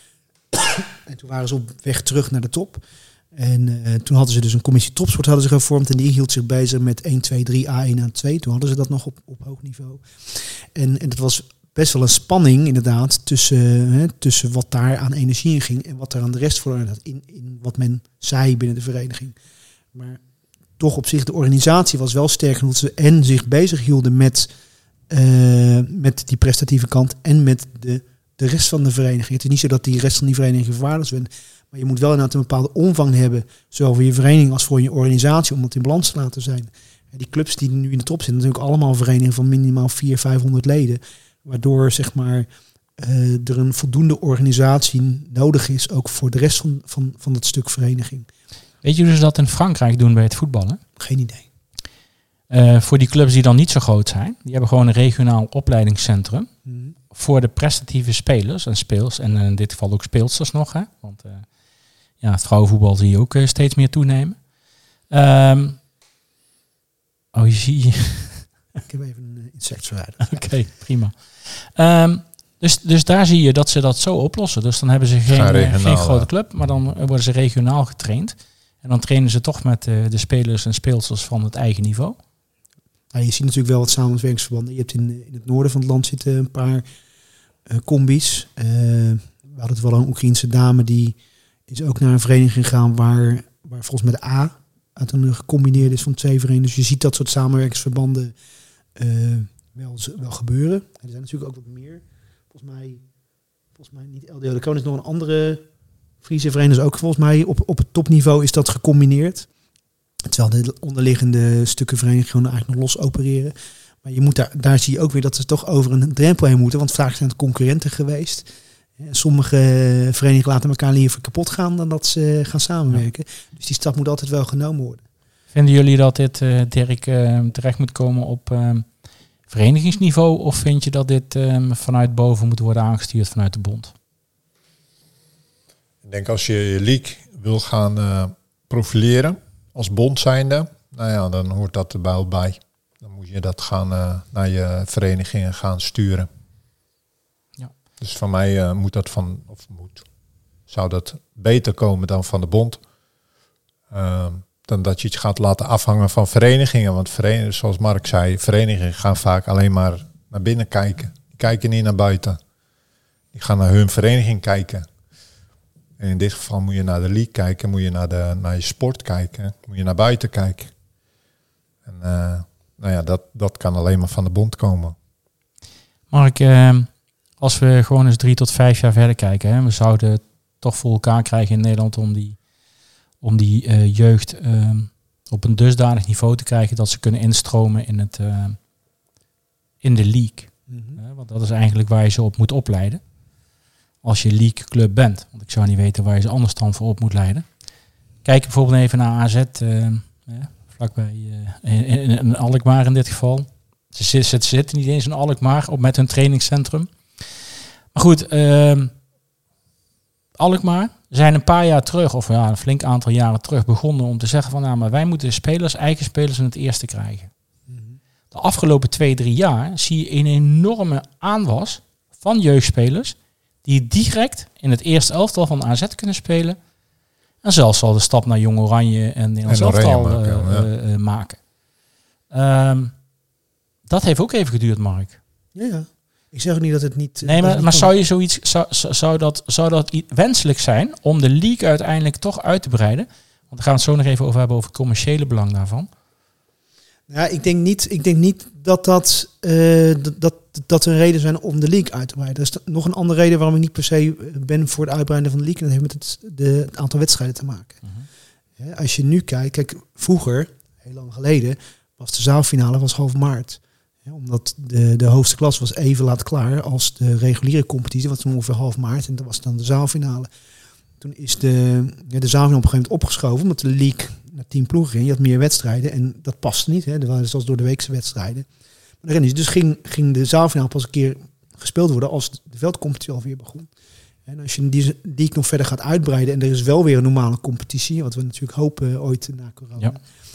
En toen waren ze op weg terug naar de top. En toen hadden ze dus een commissie topsport gevormd. En die hield zich bezig met 1, 2, 3, A1, A2. Toen hadden ze dat nog op hoog niveau. En dat was best wel een spanning inderdaad tussen wat daar aan energie in ging en wat er aan de rest voor in wat men zei binnen de vereniging. Maar toch op zich, de organisatie was wel sterk genoeg dat ze en zich bezig hielden met die prestatieve kant en met de rest van de vereniging. Het is niet zo dat die rest van die vereniging verwaarloosd werd, maar je moet wel inderdaad een bepaalde omvang hebben, zowel voor je vereniging als voor je organisatie, om dat in balans te laten zijn. En die clubs die nu in de top zitten, natuurlijk allemaal verenigingen van minimaal 400-500 leden, waardoor zeg maar er een voldoende organisatie nodig is, ook voor de rest van het stuk vereniging. Weet je hoe ze dat in Frankrijk doen bij het voetballen? Geen idee. Voor die clubs die dan niet zo groot zijn, die hebben gewoon een regionaal opleidingscentrum voor de prestatieve spelers en speels, en in dit geval ook speelsters nog, hè? Want het vrouwenvoetbal zie je ook steeds meer toenemen. Je ziet. Ik heb even een insect verwijderd. Oké, prima. Dus daar zie je dat ze dat zo oplossen. Dus dan hebben ze geen grote club, maar dan worden ze regionaal getraind. En dan trainen ze toch met de spelers en speelsters van het eigen niveau. Nou, je ziet natuurlijk wel wat samenwerkingsverbanden. Je hebt in het noorden van het land zitten een paar combis. We hadden het wel een Oekraïense dame, die is ook naar een vereniging gegaan waar volgens mij de A uit een gecombineerd is van 2 verenigingen. Dus je ziet dat soort samenwerkingsverbanden wel gebeuren. En er zijn natuurlijk ook wat meer. Volgens mij niet LDO de Koning is nog een andere Friese vereniging. Dus ook volgens mij op het topniveau is dat gecombineerd. Terwijl de onderliggende stukken verenigingen gewoon eigenlijk nog los opereren. Maar je moet daar zie je ook weer dat ze toch over een drempel heen moeten. Want vaak zijn het concurrenten geweest. Sommige verenigingen laten elkaar liever kapot gaan dan dat ze gaan samenwerken. Ja. Dus die stap moet altijd wel genomen worden. Vinden jullie dat dit, Dirk, terecht moet komen op verenigingsniveau? Of vind je dat dit vanuit boven moet worden aangestuurd vanuit de bond? Ik denk als je je league wil gaan profileren als bond zijnde, dan hoort dat er wel bij. Dan moet je dat gaan naar je verenigingen gaan sturen. Ja. Dus van mij zou dat beter komen dan van de bond. Dan dat je het gaat laten afhangen van verenigingen. Want verenigingen, zoals Mark zei, verenigingen gaan vaak alleen maar naar binnen kijken. Die kijken niet naar buiten. Die gaan naar hun vereniging kijken. En in dit geval moet je naar de league kijken. Moet je naar je sport kijken. Moet je naar buiten kijken. En dat kan alleen maar van de bond komen. Mark, als we gewoon eens 3 tot 5 jaar verder kijken. Hè, we zouden het toch voor elkaar krijgen in Nederland om die jeugd op een dusdanig niveau te krijgen dat ze kunnen instromen in de league. Mm-hmm. Want dat is eigenlijk waar je ze op moet opleiden. Als je league club bent. Want ik zou niet weten waar je ze anders dan voor op moet leiden. Kijk bijvoorbeeld even naar AZ. Vlakbij in Alkmaar in dit geval. Ze zitten niet eens in Alkmaar met hun trainingscentrum. Maar goed, Alkmaar zijn een paar jaar terug, of een flink aantal jaren terug, begonnen om te zeggen van maar wij moeten eigen spelers in het eerste krijgen. Mm-hmm. De afgelopen 2-3 jaar zie je een enorme aanwas van jeugdspelers die direct in het eerste elftal van AZ kunnen spelen. En zelfs al de stap naar Jong Oranje en Nederlands elftal maken. Dat heeft ook even geduurd, Mark. Ja. Ik zeg ook niet dat het niet... Nee, maar zou je zoiets... Zou dat wenselijk zijn om de league uiteindelijk toch uit te breiden? Want we gaan het zo nog even over hebben over het commerciële belang daarvan. Ja, ik denk niet dat een reden zijn om de league uit te breiden. Er is nog een andere reden waarom ik niet per se ben voor het uitbreiden van de league. En dat heeft met het aantal wedstrijden te maken. Uh-huh. Als je nu kijkt, kijk, vroeger, heel lang geleden, was de zaalfinale half maart. Omdat de hoogste klas was even laat klaar als de reguliere competitie, wat ongeveer half maart. En dat was dan de zaalfinale. Toen is de zaalfinale op een gegeven moment opgeschoven, omdat de league naar 10 ploegen ging. Je had meer wedstrijden en dat paste niet. Dat waren zoals door de weekse wedstrijden. Maar dus ging de zaalfinale pas een keer gespeeld worden als de veldcompetitie alweer begon. En als je die league nog verder gaat uitbreiden en er is wel weer een normale competitie, wat we natuurlijk hopen ooit na corona,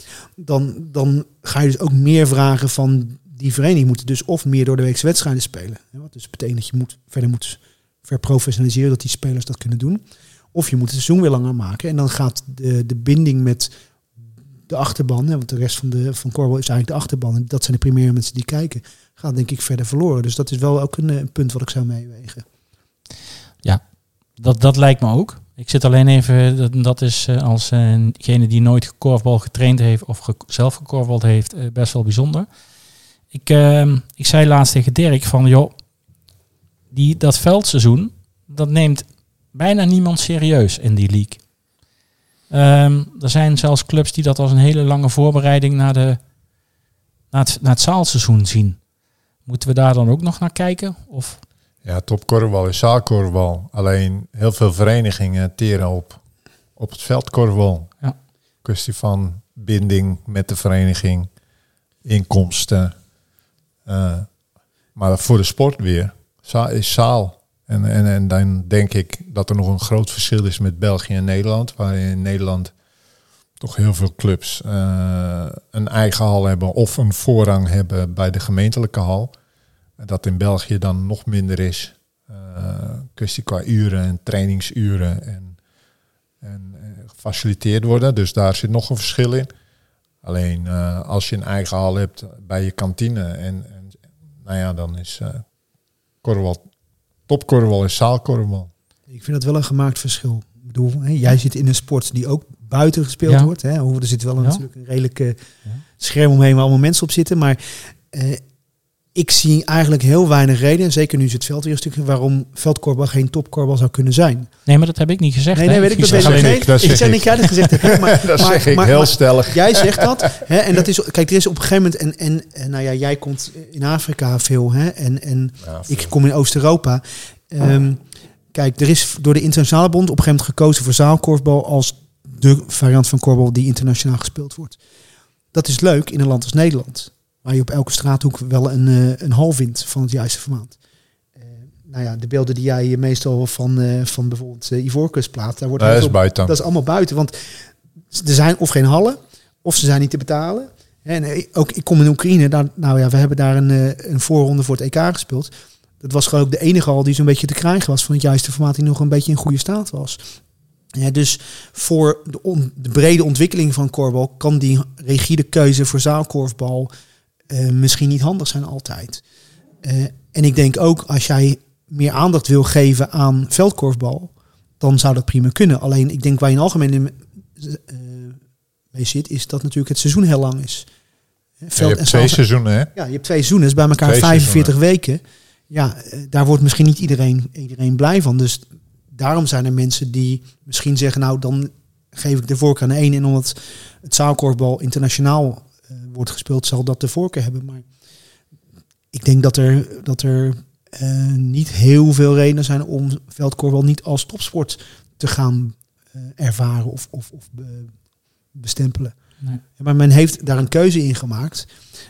dan ga je dus ook meer vragen van die vereniging moeten dus of meer door de weekse wedstrijden spelen. Wat dus betekent dat je verder moet verprofessionaliseren dat die spelers dat kunnen doen. Of je moet het seizoen weer langer maken. En dan gaat de binding met de achterban, want de rest van korfbal is eigenlijk de achterban. En dat zijn de primaire mensen die kijken. Gaat denk ik verder verloren. Dus dat is wel ook een punt wat ik zou meewegen. Ja, dat lijkt me ook. Ik zit alleen even, dat is als degene die nooit korfbal getraind heeft of zelf gekorfbald heeft, best wel bijzonder. Ik zei laatst tegen Dirk van, dat veldseizoen, dat neemt bijna niemand serieus in die league. Er zijn zelfs clubs die dat als een hele lange voorbereiding naar het zaalseizoen zien. Moeten we daar dan ook nog naar kijken? Of? Ja, topkorfbal is zaalkorfbal. Alleen heel veel verenigingen teren op het veldkorfbal. Ja. Kwestie van binding met de vereniging, inkomsten. Maar voor de sport weer is zaal. En dan denk ik dat er nog een groot verschil is met België en Nederland. Waar in Nederland toch heel veel clubs een eigen hal hebben of een voorrang hebben bij de gemeentelijke hal. Dat in België dan nog minder is. Kwestie qua uren en trainingsuren en gefaciliteerd worden. Dus daar zit nog een verschil in. Alleen als je een eigen hal hebt bij je kantine dan is topkorfbal is zaalkorfbal. Ik vind dat wel een gemaakt verschil. Ik bedoel, jij zit in een sport die ook buiten gespeeld wordt. Er zit wel natuurlijk een redelijke scherm omheen waar allemaal mensen op zitten. Maar ik zie eigenlijk heel weinig reden, zeker nu is het veld weer een stukje, waarom veldkorfbal geen topkorfbal zou kunnen zijn. Nee, maar dat heb ik niet gezegd. Nee, weet ik. Ik zeg niet jij dat gezegd hebt. Maar, dat zeg ik heel stellig. Jij zegt dat. En dat is, kijk, er is op een gegeven moment, en jij komt in Afrika veel, en ik kom in Oost-Europa. Kijk, er is door de internationale bond op een gegeven moment gekozen voor zaalkorfbal als de variant van korfbal die internationaal gespeeld wordt. Dat is leuk in een land als Nederland, waar je op elke straathoek wel een hal vindt van het juiste formaat. De beelden die jij meestal van bijvoorbeeld Ivoorkust plaatst, daar wordt buiten. Dat is allemaal buiten, want er zijn of geen hallen, of ze zijn niet te betalen. En ook ik kom in Oekraïne, we hebben daar een voorronde voor het EK gespeeld. Dat was gewoon ook de enige hal die zo'n beetje te krijgen was van het juiste formaat die nog een beetje in goede staat was. Ja, dus voor de brede ontwikkeling van korfbal kan die rigide keuze voor zaalkorfbal misschien niet handig zijn altijd. En ik denk ook, als jij meer aandacht wil geven aan veldkorfbal, dan zou dat prima kunnen. Alleen, ik denk waar je in het algemeen mee zit, is dat natuurlijk het seizoen heel lang is. Je hebt 2 seizoenen, hè? Ja, je hebt 2 seizoenen, dus bij elkaar 45 weken. Ja, daar wordt misschien niet iedereen blij van. Dus daarom zijn er mensen die misschien zeggen, nou, dan geef ik de voorkeur aan 1. En omdat het zaalkorfbal internationaal wordt gespeeld, zal dat de voorkeur hebben. Maar ik denk dat er niet heel veel redenen zijn om veldkorfbal niet als topsport te gaan ervaren of bestempelen. Nee. Maar men heeft daar een keuze in gemaakt.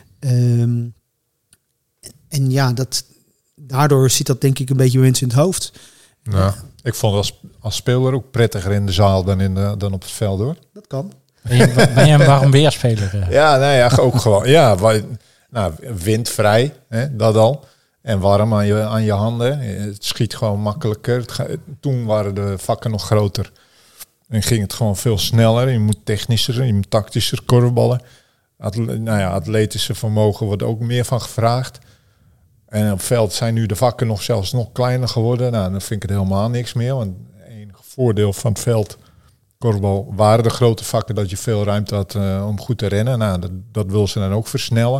En ja, daardoor zit dat denk ik een beetje bij mensen in het hoofd. Nou, ik vond als speler ook prettiger in de zaal dan op het veld, hoor. Dat kan. Ben je een warm weerspeler? Ja, nou ja, ook gewoon. Ja, windvrij, hè, dat al. En warm aan je handen. Het schiet gewoon makkelijker. Toen waren de vakken nog groter. En ging het gewoon veel sneller. Je moet technischer, je moet tactischer korfballen. Atletische vermogen wordt ook meer van gevraagd. En op veld zijn nu de vakken zelfs nog kleiner geworden. Nou, dan vind ik het helemaal niks meer. Want het enige voordeel van het veld korfbal waren de grote vakken dat je veel ruimte had om goed te rennen. Nou, dat wil ze dan ook versnellen.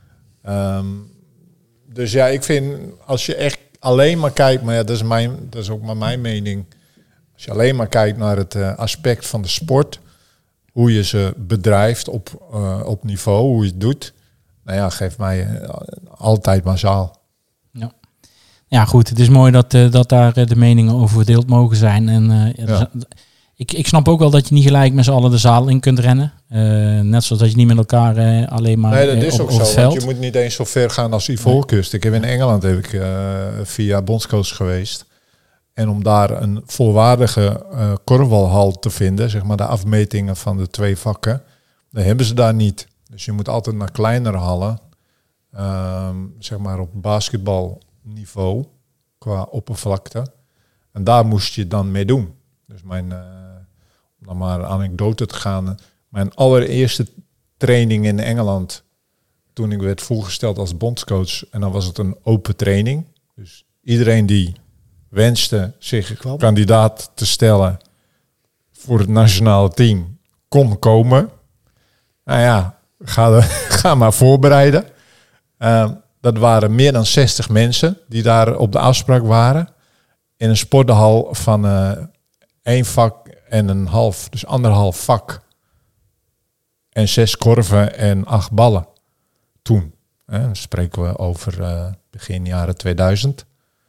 Dus ja, ik vind als je echt alleen maar kijkt, maar ja, dat is ook maar mijn mening. Als je alleen maar kijkt naar het aspect van de sport, hoe je ze bedrijft op niveau, hoe je het doet. Nou ja, geef mij altijd maar zaal. Ja, goed. Het is mooi dat daar de meningen over verdeeld mogen zijn. En ik snap ook wel dat je niet gelijk met z'n allen de zaal in kunt rennen. Net zoals dat je niet met elkaar alleen maar nee, dat is ook op het zo, veld. Want je moet niet eens zo ver gaan als Ivoorkust. Ik heb in Engeland via bondscoach geweest. En om daar een volwaardige korfbalhal te vinden, zeg maar de afmetingen van de 2 vakken, dat hebben ze daar niet. Dus je moet altijd naar kleinere hallen, zeg maar op basketbalniveau qua oppervlakte. En daar moest je dan mee doen. Dus om dan maar een anekdote te gaan. Mijn allereerste training in Engeland, toen ik werd voorgesteld als bondscoach, en dan was het een open training. Dus iedereen die wenste zich kandidaat te stellen voor het nationale team kon komen. Nou ja, ga maar voorbereiden. Dat waren meer dan 60 mensen die daar op de afspraak waren. In een sporthal van 1 vak en een half, dus 1,5 vak. En 6 korven en 8 ballen. Toen. Dan spreken we over begin jaren 2000.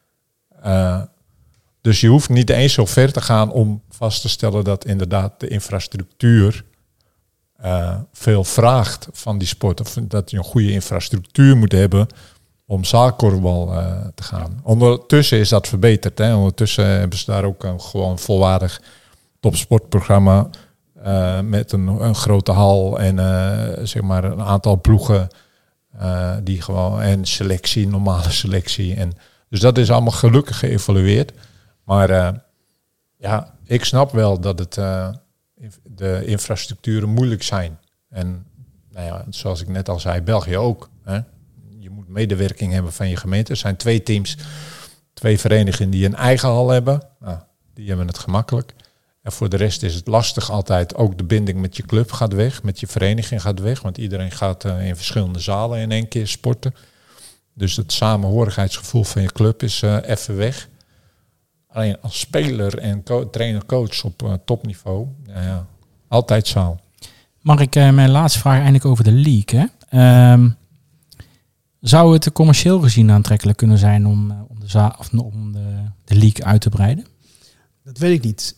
Dus je hoeft niet eens zo ver te gaan om vast te stellen dat inderdaad de infrastructuur veel vraagt van die sport. Of dat je een goede infrastructuur moet hebben om zaalkorfbal te gaan. Ondertussen is dat verbeterd. Hè? Ondertussen hebben ze daar ook gewoon volwaardig topsportprogramma met een grote hal en zeg maar een aantal ploegen die gewoon en selectie, normale selectie. En dus dat is allemaal gelukkig geëvalueerd. Maar ja, ik snap wel dat de infrastructuren moeilijk zijn. En nou ja, zoals ik net al zei, België ook. Hè? Je moet medewerking hebben van je gemeente. Er zijn 2 teams, 2 verenigingen die een eigen hal hebben. Nou, die hebben het gemakkelijk. En voor de rest is het lastig altijd. Ook de binding met je club gaat weg, met je vereniging gaat weg. Want iedereen gaat in verschillende zalen in één keer sporten. Dus het samenhorigheidsgevoel van je club is even weg. Alleen als speler en trainer-coach op topniveau, ja, altijd zaal. Mag ik mijn laatste vraag eigenlijk over de league? Hè? Zou het commercieel gezien aantrekkelijk kunnen zijn om de league uit te breiden? Dat weet ik niet.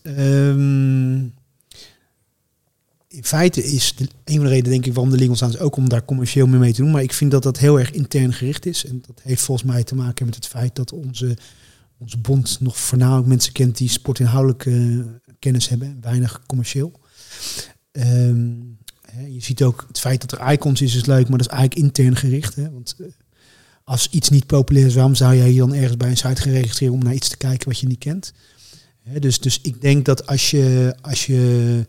In feite is een van de redenen, denk ik, waarom de league ontstaan is ook om daar commercieel mee te doen. Maar ik vind dat dat heel erg intern gericht is. En dat heeft volgens mij te maken met het feit dat onze bond nog voornamelijk mensen kent die sportinhoudelijke kennis hebben. Weinig commercieel. Je ziet ook het feit dat er icons is leuk, maar dat is eigenlijk intern gericht. Hè? Want als iets niet populair is, waarom zou jij je dan ergens bij een site gaan registreren om naar iets te kijken wat je niet kent? Dus ik denk dat als je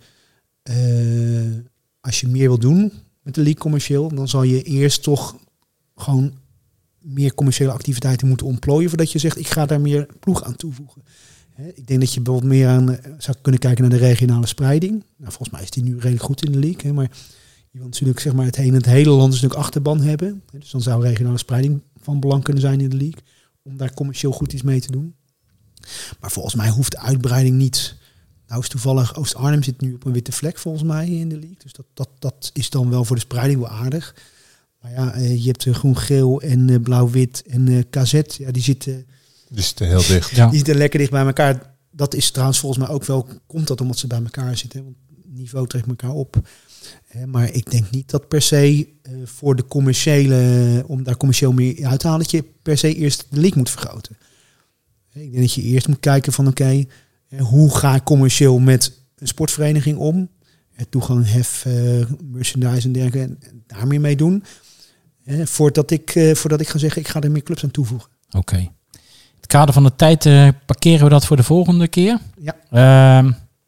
meer wil doen met de league commercieel, dan zal je eerst toch gewoon meer commerciële activiteiten moeten ontplooien voordat je zegt, ik ga daar meer ploeg aan toevoegen. Ik denk dat je bijvoorbeeld meer aan zou kunnen kijken naar de regionale spreiding. Nou, volgens mij is die nu redelijk goed in de league. Maar je wil natuurlijk zeg maar het hele land een stuk achterban hebben. Dus dan zou regionale spreiding van belang kunnen zijn in de league. Om daar commercieel goed iets mee te doen. Maar volgens mij hoeft de uitbreiding niet. Nou is toevallig Oost-Arnhem zit nu op een witte vlek volgens mij in de league. Dus dat is dan wel voor de spreiding wel aardig. Maar ja, je hebt groen-geel en blauw-wit en KZ. Ja, die zitten heel dicht. Ja. Die zitten lekker dicht bij elkaar. Dat is trouwens volgens mij ook wel, komt dat omdat ze bij elkaar zitten. Want het niveau trekt elkaar op. Maar ik denk niet dat per se voor de commerciële, om daar commercieel meer uit te halen, dat je per se eerst de league moet vergroten. Ik denk dat je eerst moet kijken van oké, hoe ga ik commercieel met een sportvereniging om? Toegang, hef, merchandise en dergelijke. En daar meer mee doen. Voordat ik ga zeggen, ik ga er meer clubs aan toevoegen. Oké. In het kader van de tijd parkeren we dat voor de volgende keer. Ja.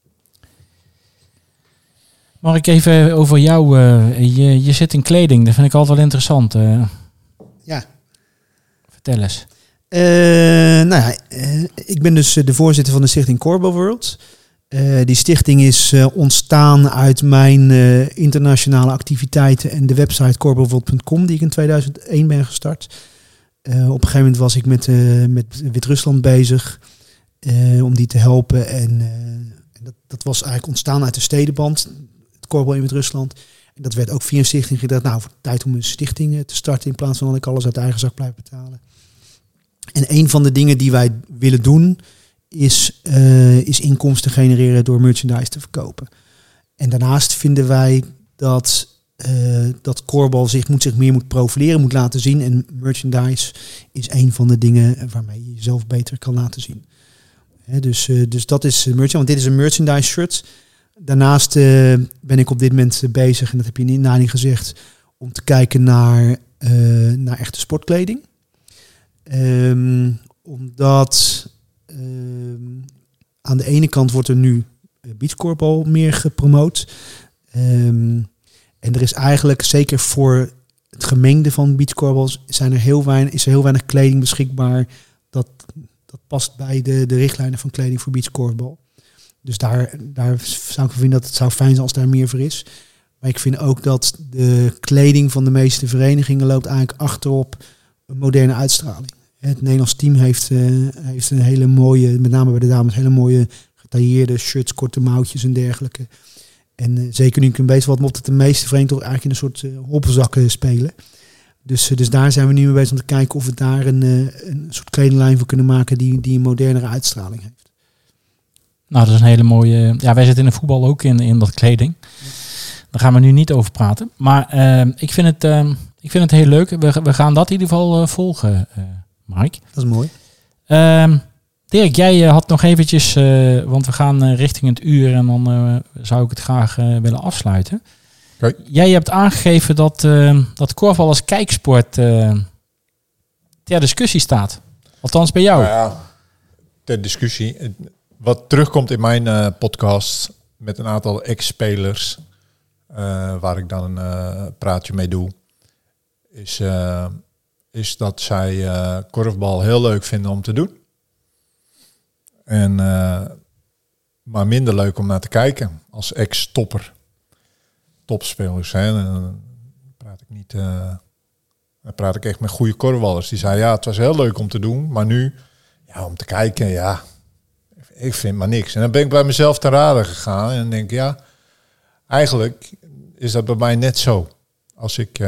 Mag ik even over jou? Je zit in kleding, dat vind ik altijd wel interessant. Ja. Vertel eens. Ik ben dus de voorzitter van de stichting Corbal World. Die stichting is ontstaan uit mijn internationale activiteiten en de website corbalworld.com die ik in 2001 ben gestart. Op een gegeven moment was ik met Wit-Rusland bezig om die te helpen. En dat was eigenlijk ontstaan uit de stedenband, het Corbal in Wit-Rusland. En dat werd ook via een stichting gedacht, nou, voor tijd om een stichting te starten in plaats van dat ik alles uit eigen zak blijf betalen. En een van de dingen die wij willen doen is inkomsten genereren door merchandise te verkopen. En daarnaast vinden wij dat Corbal zich meer moet profileren, moet laten zien. En merchandise is een van de dingen waarmee je jezelf beter kan laten zien. Dus dat is merchandise, want dit is een merchandise shirt. Daarnaast ben ik op dit moment bezig, en dat heb je in de inleiding gezegd, om te kijken naar echte sportkleding. Omdat aan de ene kant wordt er nu beachcorbal meer gepromoot. En er is eigenlijk, zeker voor het gemengde van beachcorbals, is er heel weinig kleding beschikbaar dat past bij de richtlijnen van kleding voor beachcorbal. Dus daar zou ik vinden dat het zou fijn zijn als daar meer voor is. Maar ik vind ook dat de kleding van de meeste verenigingen loopt eigenlijk achterop een moderne uitstraling. Het Nederlands team heeft een hele mooie, met name bij de dames, hele mooie getailleerde shirts, korte mouwtjes en dergelijke. En zeker nu ik een beetje wat op dat de meeste verenigingen toch eigenlijk in een soort hobbelzakken spelen. Dus daar zijn we nu mee bezig om te kijken of we daar een soort kledinglijn voor kunnen maken die een modernere uitstraling heeft. Nou, dat is een hele mooie. Ja, wij zitten in de voetbal ook in dat kleding. Daar gaan we nu niet over praten. Maar ik vind het heel leuk. We gaan dat in ieder geval volgen, Mike. Dat is mooi. Dirk, jij had nog eventjes, want we gaan richting het uur en dan zou ik het graag willen afsluiten. Okay. Jij hebt aangegeven dat korfbal als kijksport ter discussie staat. Althans bij jou. Nou ja, ter discussie. Wat terugkomt in mijn podcast met een aantal ex-spelers, waar ik dan een praatje mee doe, is dat zij korfbal heel leuk vinden om te doen. En maar minder leuk om naar te kijken als ex-topper. Topspelers, hè. Dan praat ik echt met goede korfballers. Die zeiden, ja, het was heel leuk om te doen, maar nu, ja, om te kijken, ja, ik vind maar niks. En dan ben ik bij mezelf te raden gegaan en denk, ja, eigenlijk is dat bij mij net zo. Als ik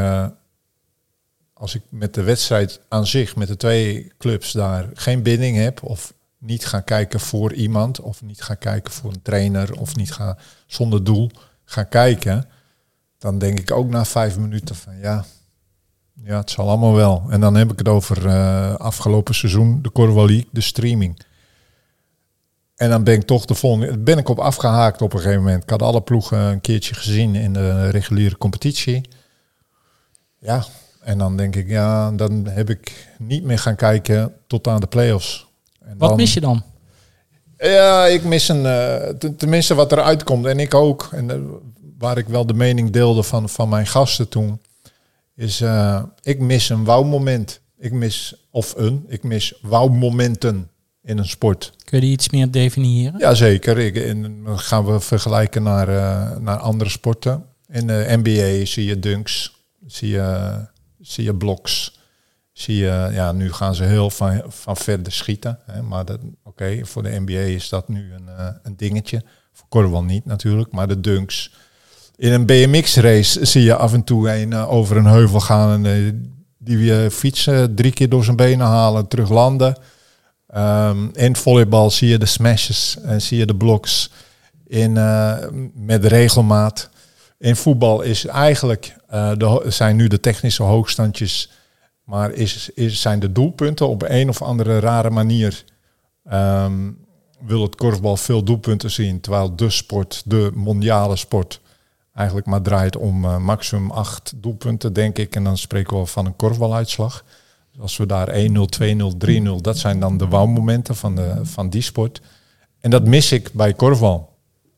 met de wedstrijd aan zich, met de twee clubs daar geen binding heb, of niet ga kijken voor iemand, of niet ga kijken voor een trainer, of niet ga zonder doel gaan kijken, dan denk ik ook na 5 minuten van ja, het zal allemaal wel. En dan heb ik het over afgelopen seizoen, de Korfbal League, de streaming. En dan ben ik toch ben ik op afgehaakt op een gegeven moment. Ik had alle ploegen een keertje gezien in de reguliere competitie. Ja, en dan denk ik, ja, dan heb ik niet meer gaan kijken tot aan de play-offs. En wat mis je dan? Ja, ik mis tenminste wat eruit komt. En ik ook. En waar ik wel de mening deelde van mijn gasten toen, is ik mis een wauw-moment. Ik mis wauw-momenten in een sport. Kun je die iets meer definiëren? Jazeker. Dan gaan we vergelijken naar andere sporten. In de NBA zie je dunks, zie je blocks. Nu gaan ze heel van verder schieten. Hè, maar voor de NBA is dat nu een dingetje. Voor korfbal niet natuurlijk, maar de dunks. In een BMX-race zie je af en toe over een heuvel gaan en die fietsen 3 keer door zijn benen halen, terug landen. In volleybal zie je de smashes en zie je de blocks met regelmaat. In voetbal is eigenlijk zijn nu de technische hoogstandjes, maar zijn de doelpunten op een of andere rare manier. Wil het korfbal veel doelpunten zien, terwijl de mondiale sport eigenlijk maar draait om maximum 8 doelpunten, denk ik. En dan spreken we wel van een korfbaluitslag. Dus als we daar 1-0, 2-0, 3-0, dat zijn dan de wauwmomenten van die sport. En dat mis ik bij korfbal.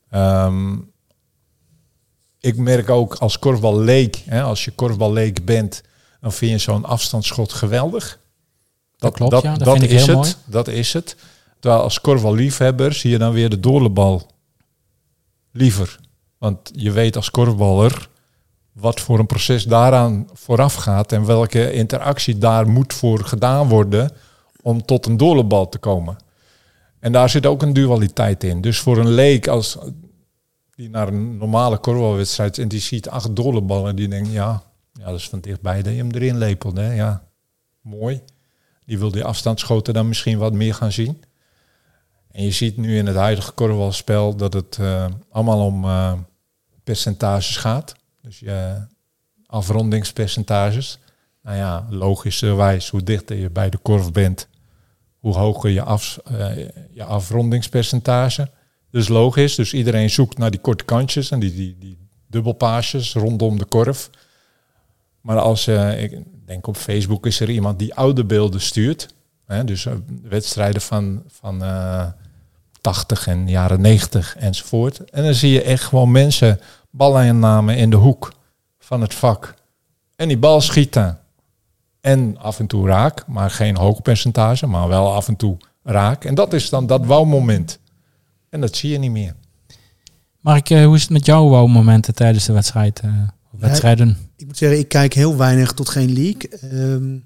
Ik merk ook als korfballeek, als je korfballeek bent, dan vind je zo'n afstandsschot geweldig. Dat klopt, dat vind ik heel mooi. Dat is het. Terwijl als korfballiefhebber zie je dan weer de doorlebal liever. Want je weet als korfballer wat voor een proces daaraan vooraf gaat en welke interactie daar moet voor gedaan worden om tot een doorlebal te komen. En daar zit ook een dualiteit in. Dus voor een leek die naar een normale korfbalwedstrijd en die ziet 8 doorleballen en die denkt, ja, dat is van dichtbij dat je hem erin lepelt. Hè? Ja, mooi. Die wil die afstandsschoten dan misschien wat meer gaan zien. En je ziet nu in het huidige korfbalspel dat het allemaal om percentages gaat. Dus je afrondingspercentages. Nou ja, logischerwijs, hoe dichter je bij de korf bent, hoe hoger je afrondingspercentage. Dus logisch, dus iedereen zoekt naar die korte kantjes en die dubbelpaasjes rondom de korf. Maar als ik denk op Facebook is er iemand die oude beelden stuurt. Hè, dus wedstrijden van 80 en jaren 90 enzovoort. En dan zie je echt gewoon mensen balaanname in de hoek van het vak. En die bal schieten. En af en toe raak, maar geen hoog percentage, maar wel af en toe raak. En dat is dan dat wauwmoment. En dat zie je niet meer. Mark, hoe is het met jouw wauwmomenten tijdens de wedstrijd? Wedstrijden? Ik moet zeggen, ik kijk heel weinig tot geen league.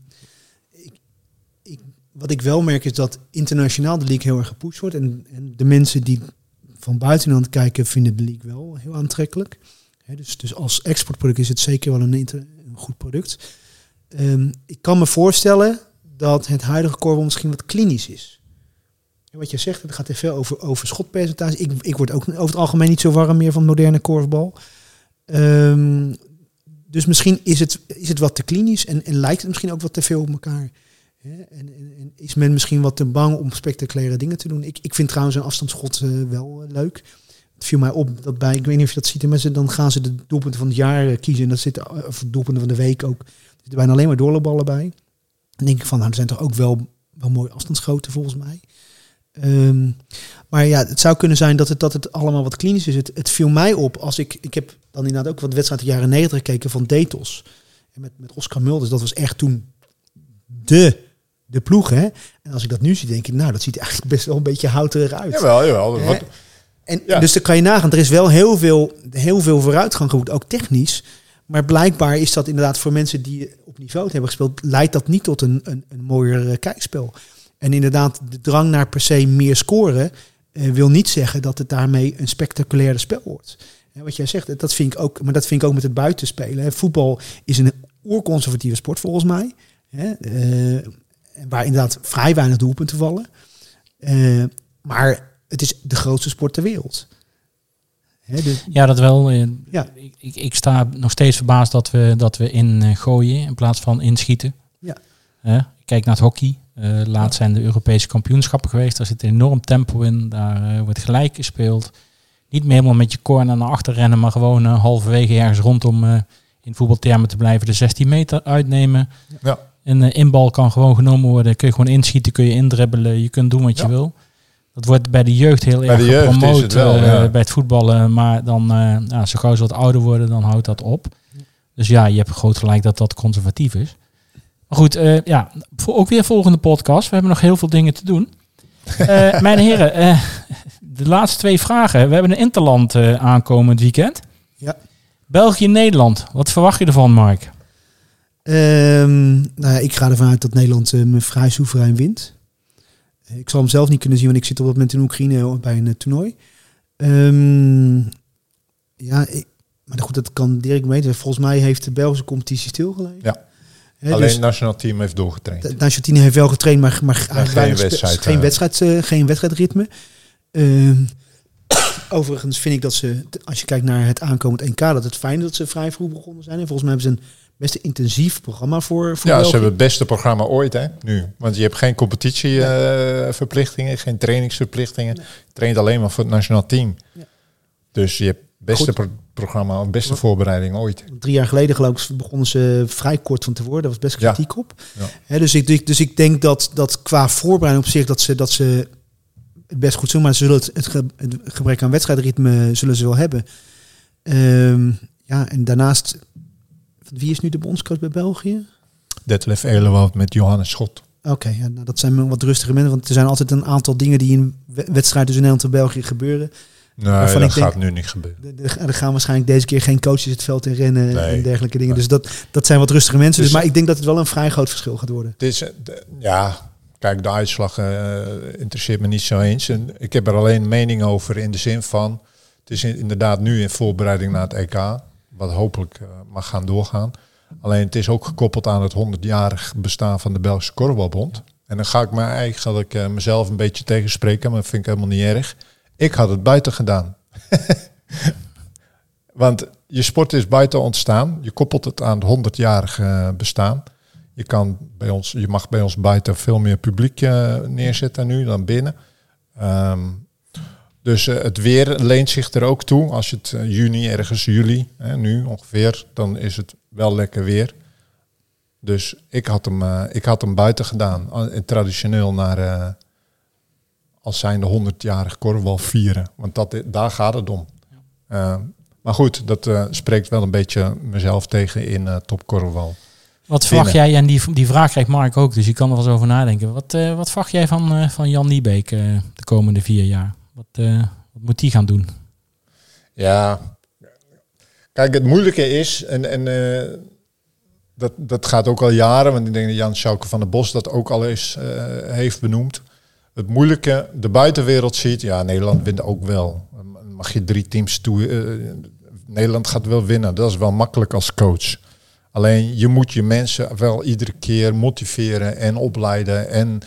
Wat ik wel merk is dat internationaal de league heel erg gepusht wordt. En de mensen die van buitenland kijken vinden de league wel heel aantrekkelijk. Dus als exportproduct is het zeker wel een goed product. Ik kan me voorstellen dat het huidige korfbal misschien wat klinisch is. En wat je zegt, het gaat te veel over schotpercentage. Ik word ook over het algemeen niet zo warm meer van moderne korfbal. Dus misschien is het wat te klinisch en lijkt het misschien ook wat te veel op elkaar. En is men misschien wat te bang om spectaculaire dingen te doen. Ik vind trouwens een afstandsschot wel leuk. Het viel mij op dat ik weet niet of je dat ziet, mensen dan gaan ze de doelpunten van het jaar kiezen. En dat zitten, of doelpunten van de week ook. Er zitten bijna alleen maar doorloopballen bij. Dan denk ik van, er zijn toch ook wel mooie afstandsschoten volgens mij. Maar ja, het zou kunnen zijn dat het allemaal wat klinisch is. Het viel mij op als ik heb dan inderdaad ook wat wedstrijden jaren 90 gekeken van Detos. En met Oscar Mulders, dat was echt toen de ploeg, hè. En als ik dat nu zie, denk ik, nou, dat ziet er eigenlijk best wel een beetje houterig uit. Jawel. Dus dan kan je nagaan, er is wel heel veel vooruitgang geboekt, ook technisch. Maar blijkbaar is dat inderdaad voor mensen die op niveau hebben gespeeld, leidt dat niet tot een mooier kijkspel. En inderdaad, de drang naar per se meer scoren wil niet zeggen dat het daarmee een spectaculairder spel wordt. Wat jij zegt, dat vind ik ook, maar dat vind ik ook met het buitenspelen. Voetbal is een oerconservatieve sport volgens mij. Waar inderdaad vrij weinig doelpunten vallen. Maar het is de grootste sport ter wereld. Ja, dat wel. Ik sta nog steeds verbaasd dat we ingooien in plaats van inschieten. Ja. Ik kijk naar het hockey. Laatst zijn de Europese kampioenschappen geweest. Daar zit een enorm tempo in. Daar wordt gelijk gespeeld. Niet meer helemaal met je corner naar achter rennen, maar gewoon halverwege ergens rondom in voetbaltermen te blijven de 16 meter uitnemen. Ja. Een inbal kan gewoon genomen worden. Kun je gewoon inschieten, kun je indribbelen. Je kunt doen wat je wil. Dat wordt bij de jeugd heel erg gepromoot bij het voetballen. Maar dan, zo gauw ze wat ouder worden, dan houdt dat op. Dus ja, je hebt groot gelijk dat conservatief is. Maar goed, ook weer volgende podcast. We hebben nog heel veel dingen te doen. Mijn heren, de laatste 2 vragen. We hebben een interland aankomend weekend. Ja. België-Nederland. Wat verwacht je ervan, Mark? Ik ga ervan uit dat Nederland me vrij soeverein wint. Ik zal hem zelf niet kunnen zien, want ik zit op dat moment in Oekraïne bij een toernooi. Maar goed, dat kan Dirk weten. Volgens mij heeft de Belgische competitie stilgelegen. Ja. Alleen het nationaal team heeft doorgetraind. Het nationaal team heeft wel getraind, maar geen wedstrijdritme. Overigens vind ik dat ze, als je kijkt naar het aankomend NK, dat het fijn is dat ze vrij vroeg begonnen zijn. En volgens mij hebben ze een best intensief programma voor België. Ze hebben het beste programma ooit, hè, nu. Want je hebt geen competitieverplichtingen, geen trainingsverplichtingen. Je traint alleen maar voor het nationaal team. Ja. Dus je hebt het beste programma, de beste voorbereiding ooit. 3 jaar geleden, geloof ik, begonnen ze vrij kort van te worden. Daar was best kritiek op. Ja. Dus ik denk dat qua voorbereiding op zich dat ze het best goed doen, maar ze zullen het gebrek aan wedstrijdritme zullen ze wel hebben. En daarnaast, wie is nu de bondscoach bij België? Detlef Elenwoud met Johannes Schot. Oké, dat zijn wat rustige mensen, want er zijn altijd een aantal dingen die in wedstrijden tussen Nederland en België gebeuren. Nee, dat gaat nu niet gebeuren. Er gaan waarschijnlijk deze keer geen coaches het veld in rennen en dergelijke dingen. Nee. Dus dat zijn wat rustige mensen. Dus, maar ik denk dat het wel een vrij groot verschil gaat worden. Kijk, de uitslag interesseert me niet zo eens. En ik heb er alleen een mening over in de zin van, het is inderdaad nu in voorbereiding naar het EK, wat hopelijk mag gaan doorgaan. Alleen het is ook gekoppeld aan het 100-jarig bestaan van de Belgische Korfbalbond. En dan ga ik me eigenlijk mezelf een beetje tegenspreken, maar dat vind ik helemaal niet erg. Ik had het buiten gedaan. Want je sport is buiten ontstaan. Je koppelt het aan het 100-jarig bestaan. Je mag bij ons buiten veel meer publiek neerzetten nu dan binnen. Dus het weer leent zich er ook toe. Als je het juli, nu ongeveer, dan is het wel lekker weer. Dus ik had hem buiten gedaan. Traditioneel naar als zijnde 100-jarig korfbal vieren. Want daar gaat het om. Maar goed, dat spreekt wel een beetje mezelf tegen in topkorfbal. Wat verwacht jij, en die vraag krijgt Mark ook, dus je kan er wel eens over nadenken. Wat verwacht jij van Jan Niebeek de komende 4 jaar? Wat moet die gaan doen? Ja, kijk, het moeilijke is, en dat gaat ook al jaren, want ik denk dat Jan Sjouke van der Bos dat ook al eens heeft benoemd. Het moeilijke, de buitenwereld ziet, Nederland wint ook wel. Mag je 3 teams toe, Nederland gaat wel winnen, dat is wel makkelijk als coach. Alleen je moet je mensen wel iedere keer motiveren en opleiden en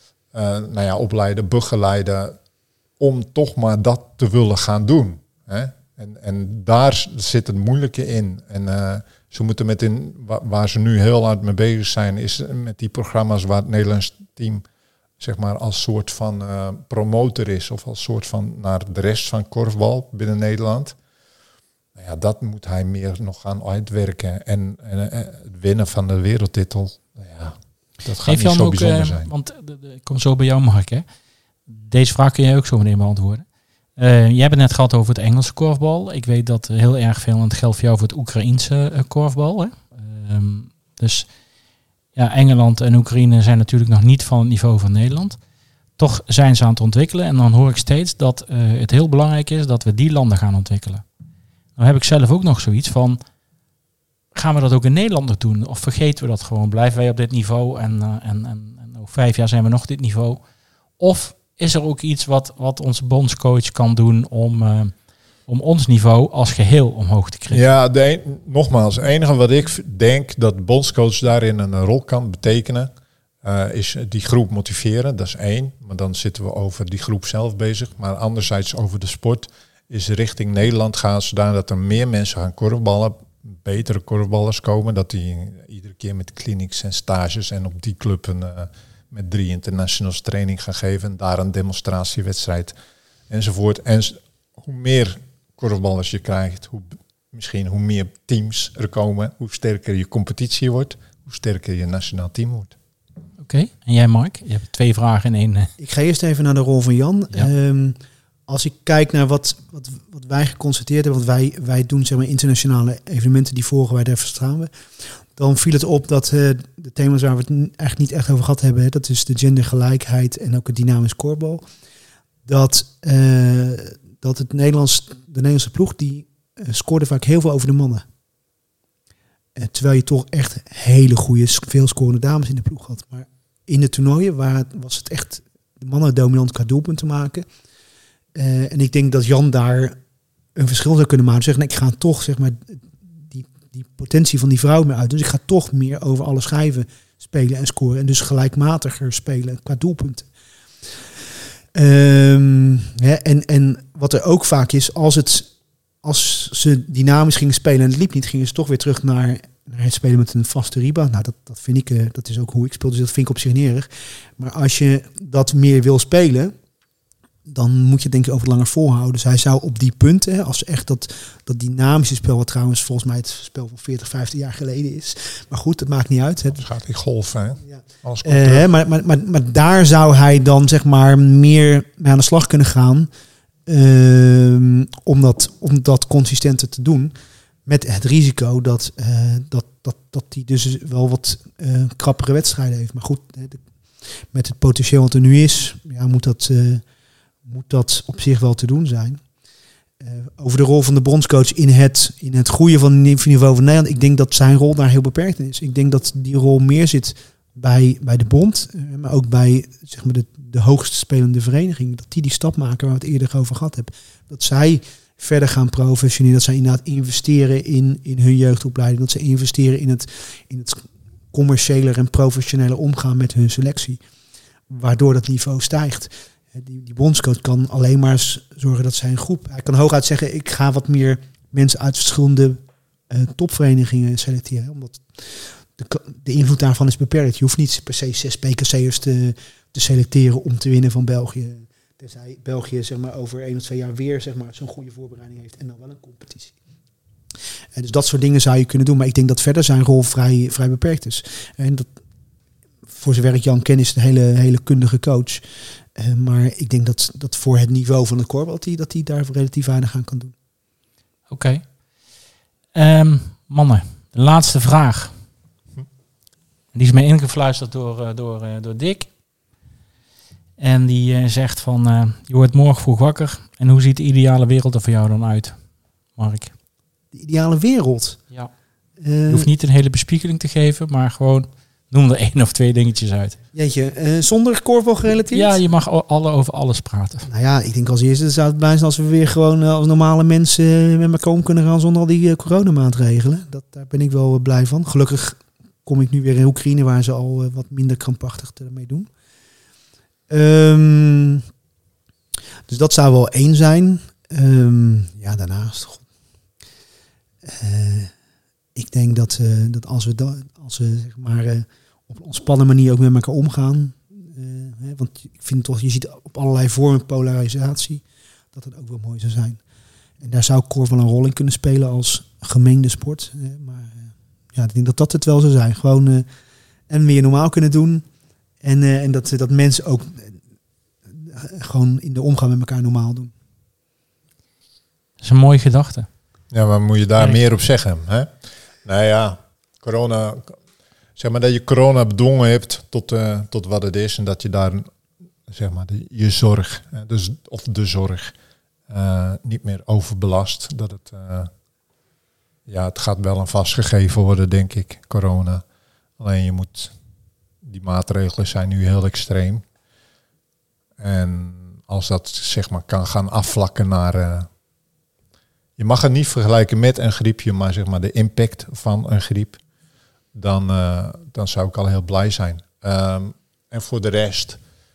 begeleiden om toch maar dat te willen gaan doen. Hè? En daar zit het moeilijke in. En ze moeten waar ze nu heel hard mee bezig zijn, is met die programma's waar het Nederlands team zeg maar als soort van promotor is of als soort van naar de rest van korfbal binnen Nederland. Dat moet hij meer nog gaan uitwerken. En het winnen van de wereldtitel, dat gaat niet zo bijzonder zijn. Want ik kom zo bij jou, Mark. Hè? Deze vraag kun jij ook zo meteen beantwoorden. Jij hebt het net gehad over het Engelse korfbal. Ik weet dat heel erg veel, en het geldt voor jou voor het Oekraïense korfbal. Hè? Dus Engeland en Oekraïne zijn natuurlijk nog niet van het niveau van Nederland. Toch zijn ze aan het ontwikkelen. En dan hoor ik steeds dat het heel belangrijk is dat we die landen gaan ontwikkelen. Dan heb ik zelf ook nog zoiets van, gaan we dat ook in Nederland nog doen? Of vergeten we dat gewoon? Blijven wij op dit niveau en over 5 jaar zijn we nog dit niveau? Of is er ook iets wat onze bondscoach kan doen om ons niveau als geheel omhoog te krijgen? Ja, nogmaals, het enige wat ik denk dat de bondscoach daarin een rol kan betekenen, is die groep motiveren. Dat is 1. Maar dan zitten we over die groep zelf bezig. Maar anderzijds over de sport is richting Nederland gaan, zodat er meer mensen gaan korfballen, betere korfballers komen, dat die iedere keer met clinics en stages en op die club met 3 internationals training gaan geven, daar een demonstratiewedstrijd enzovoort. En hoe meer korfballers je krijgt, hoe meer teams er komen, hoe sterker je competitie wordt, hoe sterker je nationaal team wordt. Oké. En jij, Mark? Je hebt 2 vragen in 1. Ik ga eerst even naar de rol van Jan. Ja. Als ik kijk naar wat wij geconstateerd hebben, want wij doen zeg maar internationale evenementen, die volgen wij, daar verstaan we. dan viel het op dat de thema's waar we het eigenlijk niet echt over gehad hebben, dat is de gendergelijkheid en ook het dynamisch korfbal, dat de Nederlandse ploeg, die scoorde vaak heel veel over de mannen. Terwijl je toch echt hele goede, veel scorende dames in de ploeg had. Maar in de toernooien was het echt de mannen dominant qua doelpunten maken. En ik denk dat Jan daar een verschil zou kunnen maken. Zeggen, ik ga toch zeg maar die potentie van die vrouw meer uit. Dus ik ga toch meer over alle schijven spelen en scoren. En dus gelijkmatiger spelen qua doelpunten. En wat er ook vaak is, als ze dynamisch gingen spelen en het liep niet, gingen ze toch weer terug naar het spelen met een vaste riba. Nou, dat vind ik, dat is ook hoe ik speel, dus dat vind ik op zich niet erg. Maar als je dat meer wil spelen, dan moet je het denk ik over het langer volhouden. Dus hij zou op die punten, als echt dat dynamische spel, wat trouwens volgens mij het spel van 40, 50 jaar geleden is. Maar goed, dat maakt niet uit. Het gaat die golven, hè? Ja. Maar daar zou hij dan zeg maar meer mee aan de slag kunnen gaan. Om dat consistenter te doen. Met het risico dat hij dus wel wat krappere wedstrijden heeft. Maar goed, met het potentieel wat er nu is, ja, moet dat op zich wel te doen zijn. Over de rol van de bondscoach in het groeien van het niveau van Nederland. Ik denk dat zijn rol daar heel beperkt in is. Ik denk dat die rol meer zit bij de bond, maar ook bij zeg maar de hoogst spelende vereniging. Dat die stap maken waar we het eerder over gehad hebben. Dat zij verder gaan professioneren. Dat zij inderdaad investeren in hun jeugdopleiding. Dat ze investeren in het commerciëler en professioneler omgaan met hun selectie. Waardoor dat niveau stijgt. Die bondscoach kan alleen maar zorgen dat zijn groep... Hij kan hooguit zeggen, ik ga wat meer mensen uit verschillende topverenigingen selecteren. Omdat de invloed daarvan is beperkt. Je hoeft niet per se 6 PKC'ers te selecteren om te winnen van België. Tenzij België zeg maar, over 1 of 2 jaar weer zeg maar, zo'n goede voorbereiding heeft en dan wel een competitie. En dus dat soort dingen zou je kunnen doen. Maar ik denk dat verder zijn rol vrij beperkt is. En dat, voor zover ik Jan ken, is het een hele kundige coach. Maar ik denk dat voor het niveau van het korfbal dat hij daar relatief weinig aan kan doen. Oké. Mannen, de laatste vraag. Die is mij ingefluisterd door Dick. En die zegt van, je wordt morgen vroeg wakker. En hoe ziet de ideale wereld er voor jou dan uit, Mark? De ideale wereld? Ja. Je hoeft niet een hele bespiegeling te geven, maar gewoon noem er 1 of 2 dingetjes uit. Jeetje, zonder korfbal gerelateerd? Ja, je mag over alles praten. Nou ja, ik denk als eerste zou het blij zijn als we weer gewoon als normale mensen met elkaar om kunnen gaan zonder al die coronamaatregelen. Daar ben ik wel blij van. Gelukkig kom ik nu weer in Oekraïne waar ze al wat minder krampachtig ermee doen. Dus dat zou wel 1 zijn. Ja, daarnaast. Ik denk dat als we zeg maar op een ontspannen manier ook met elkaar omgaan. Want ik vind toch, je ziet op allerlei vormen polarisatie, dat het ook wel mooi zou zijn. En daar zou korfbal een rol in kunnen spelen als gemengde sport. Maar ja, ik denk dat het wel zou zijn. Gewoon en weer normaal kunnen doen. En dat mensen ook gewoon in de omgang met elkaar normaal doen. Dat is een mooie gedachte. Ja, maar moet je daar meer op zeggen? Hè? Nou ja, corona... Zeg maar dat je corona bedwongen hebt tot wat het is. En dat je daar, zeg maar, je zorg, dus, of de zorg, niet meer overbelast. Dat het, het gaat wel een vastgegeven worden, denk ik, corona. Alleen die maatregelen zijn nu heel extreem. En als dat, zeg maar, kan gaan afvlakken naar... je mag het niet vergelijken met een griepje, maar zeg maar de impact van een griep. Dan zou ik al heel blij zijn. En voor de rest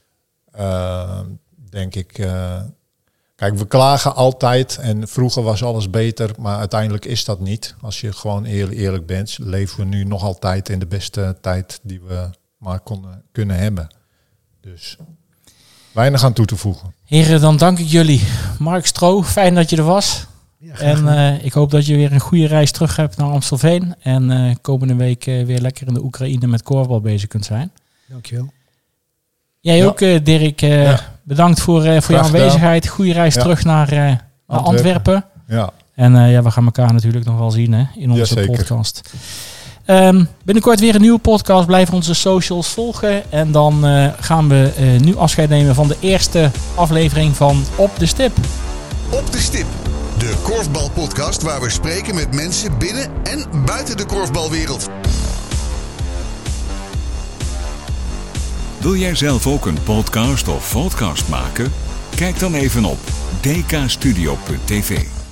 denk ik... kijk, we klagen altijd en vroeger was alles beter, maar uiteindelijk is dat niet. Als je gewoon eerlijk bent, leven we nu nog altijd in de beste tijd die we maar kunnen hebben. Dus weinig aan toe te voegen. Heren, dan dank ik jullie. Mark Stro, fijn dat je er was. Ja, en ik hoop dat je weer een goede reis terug hebt naar Amstelveen. En komende week weer lekker in de Oekraïne met korfbal bezig kunt zijn. Dankjewel. Jij ook, Dirk. Bedankt voor je aanwezigheid. Goede reis terug naar Antwerpen. Ja. En we gaan elkaar natuurlijk nog wel zien in onze podcast. Binnenkort weer een nieuwe podcast. Blijf onze socials volgen. En dan gaan we nu afscheid nemen van de eerste aflevering van Op de Stip. Op de Stip, de korfbalpodcast waar we spreken met mensen binnen en buiten de korfbalwereld. Wil jij zelf ook een podcast of podcast maken? Kijk dan even op dkstudio.tv.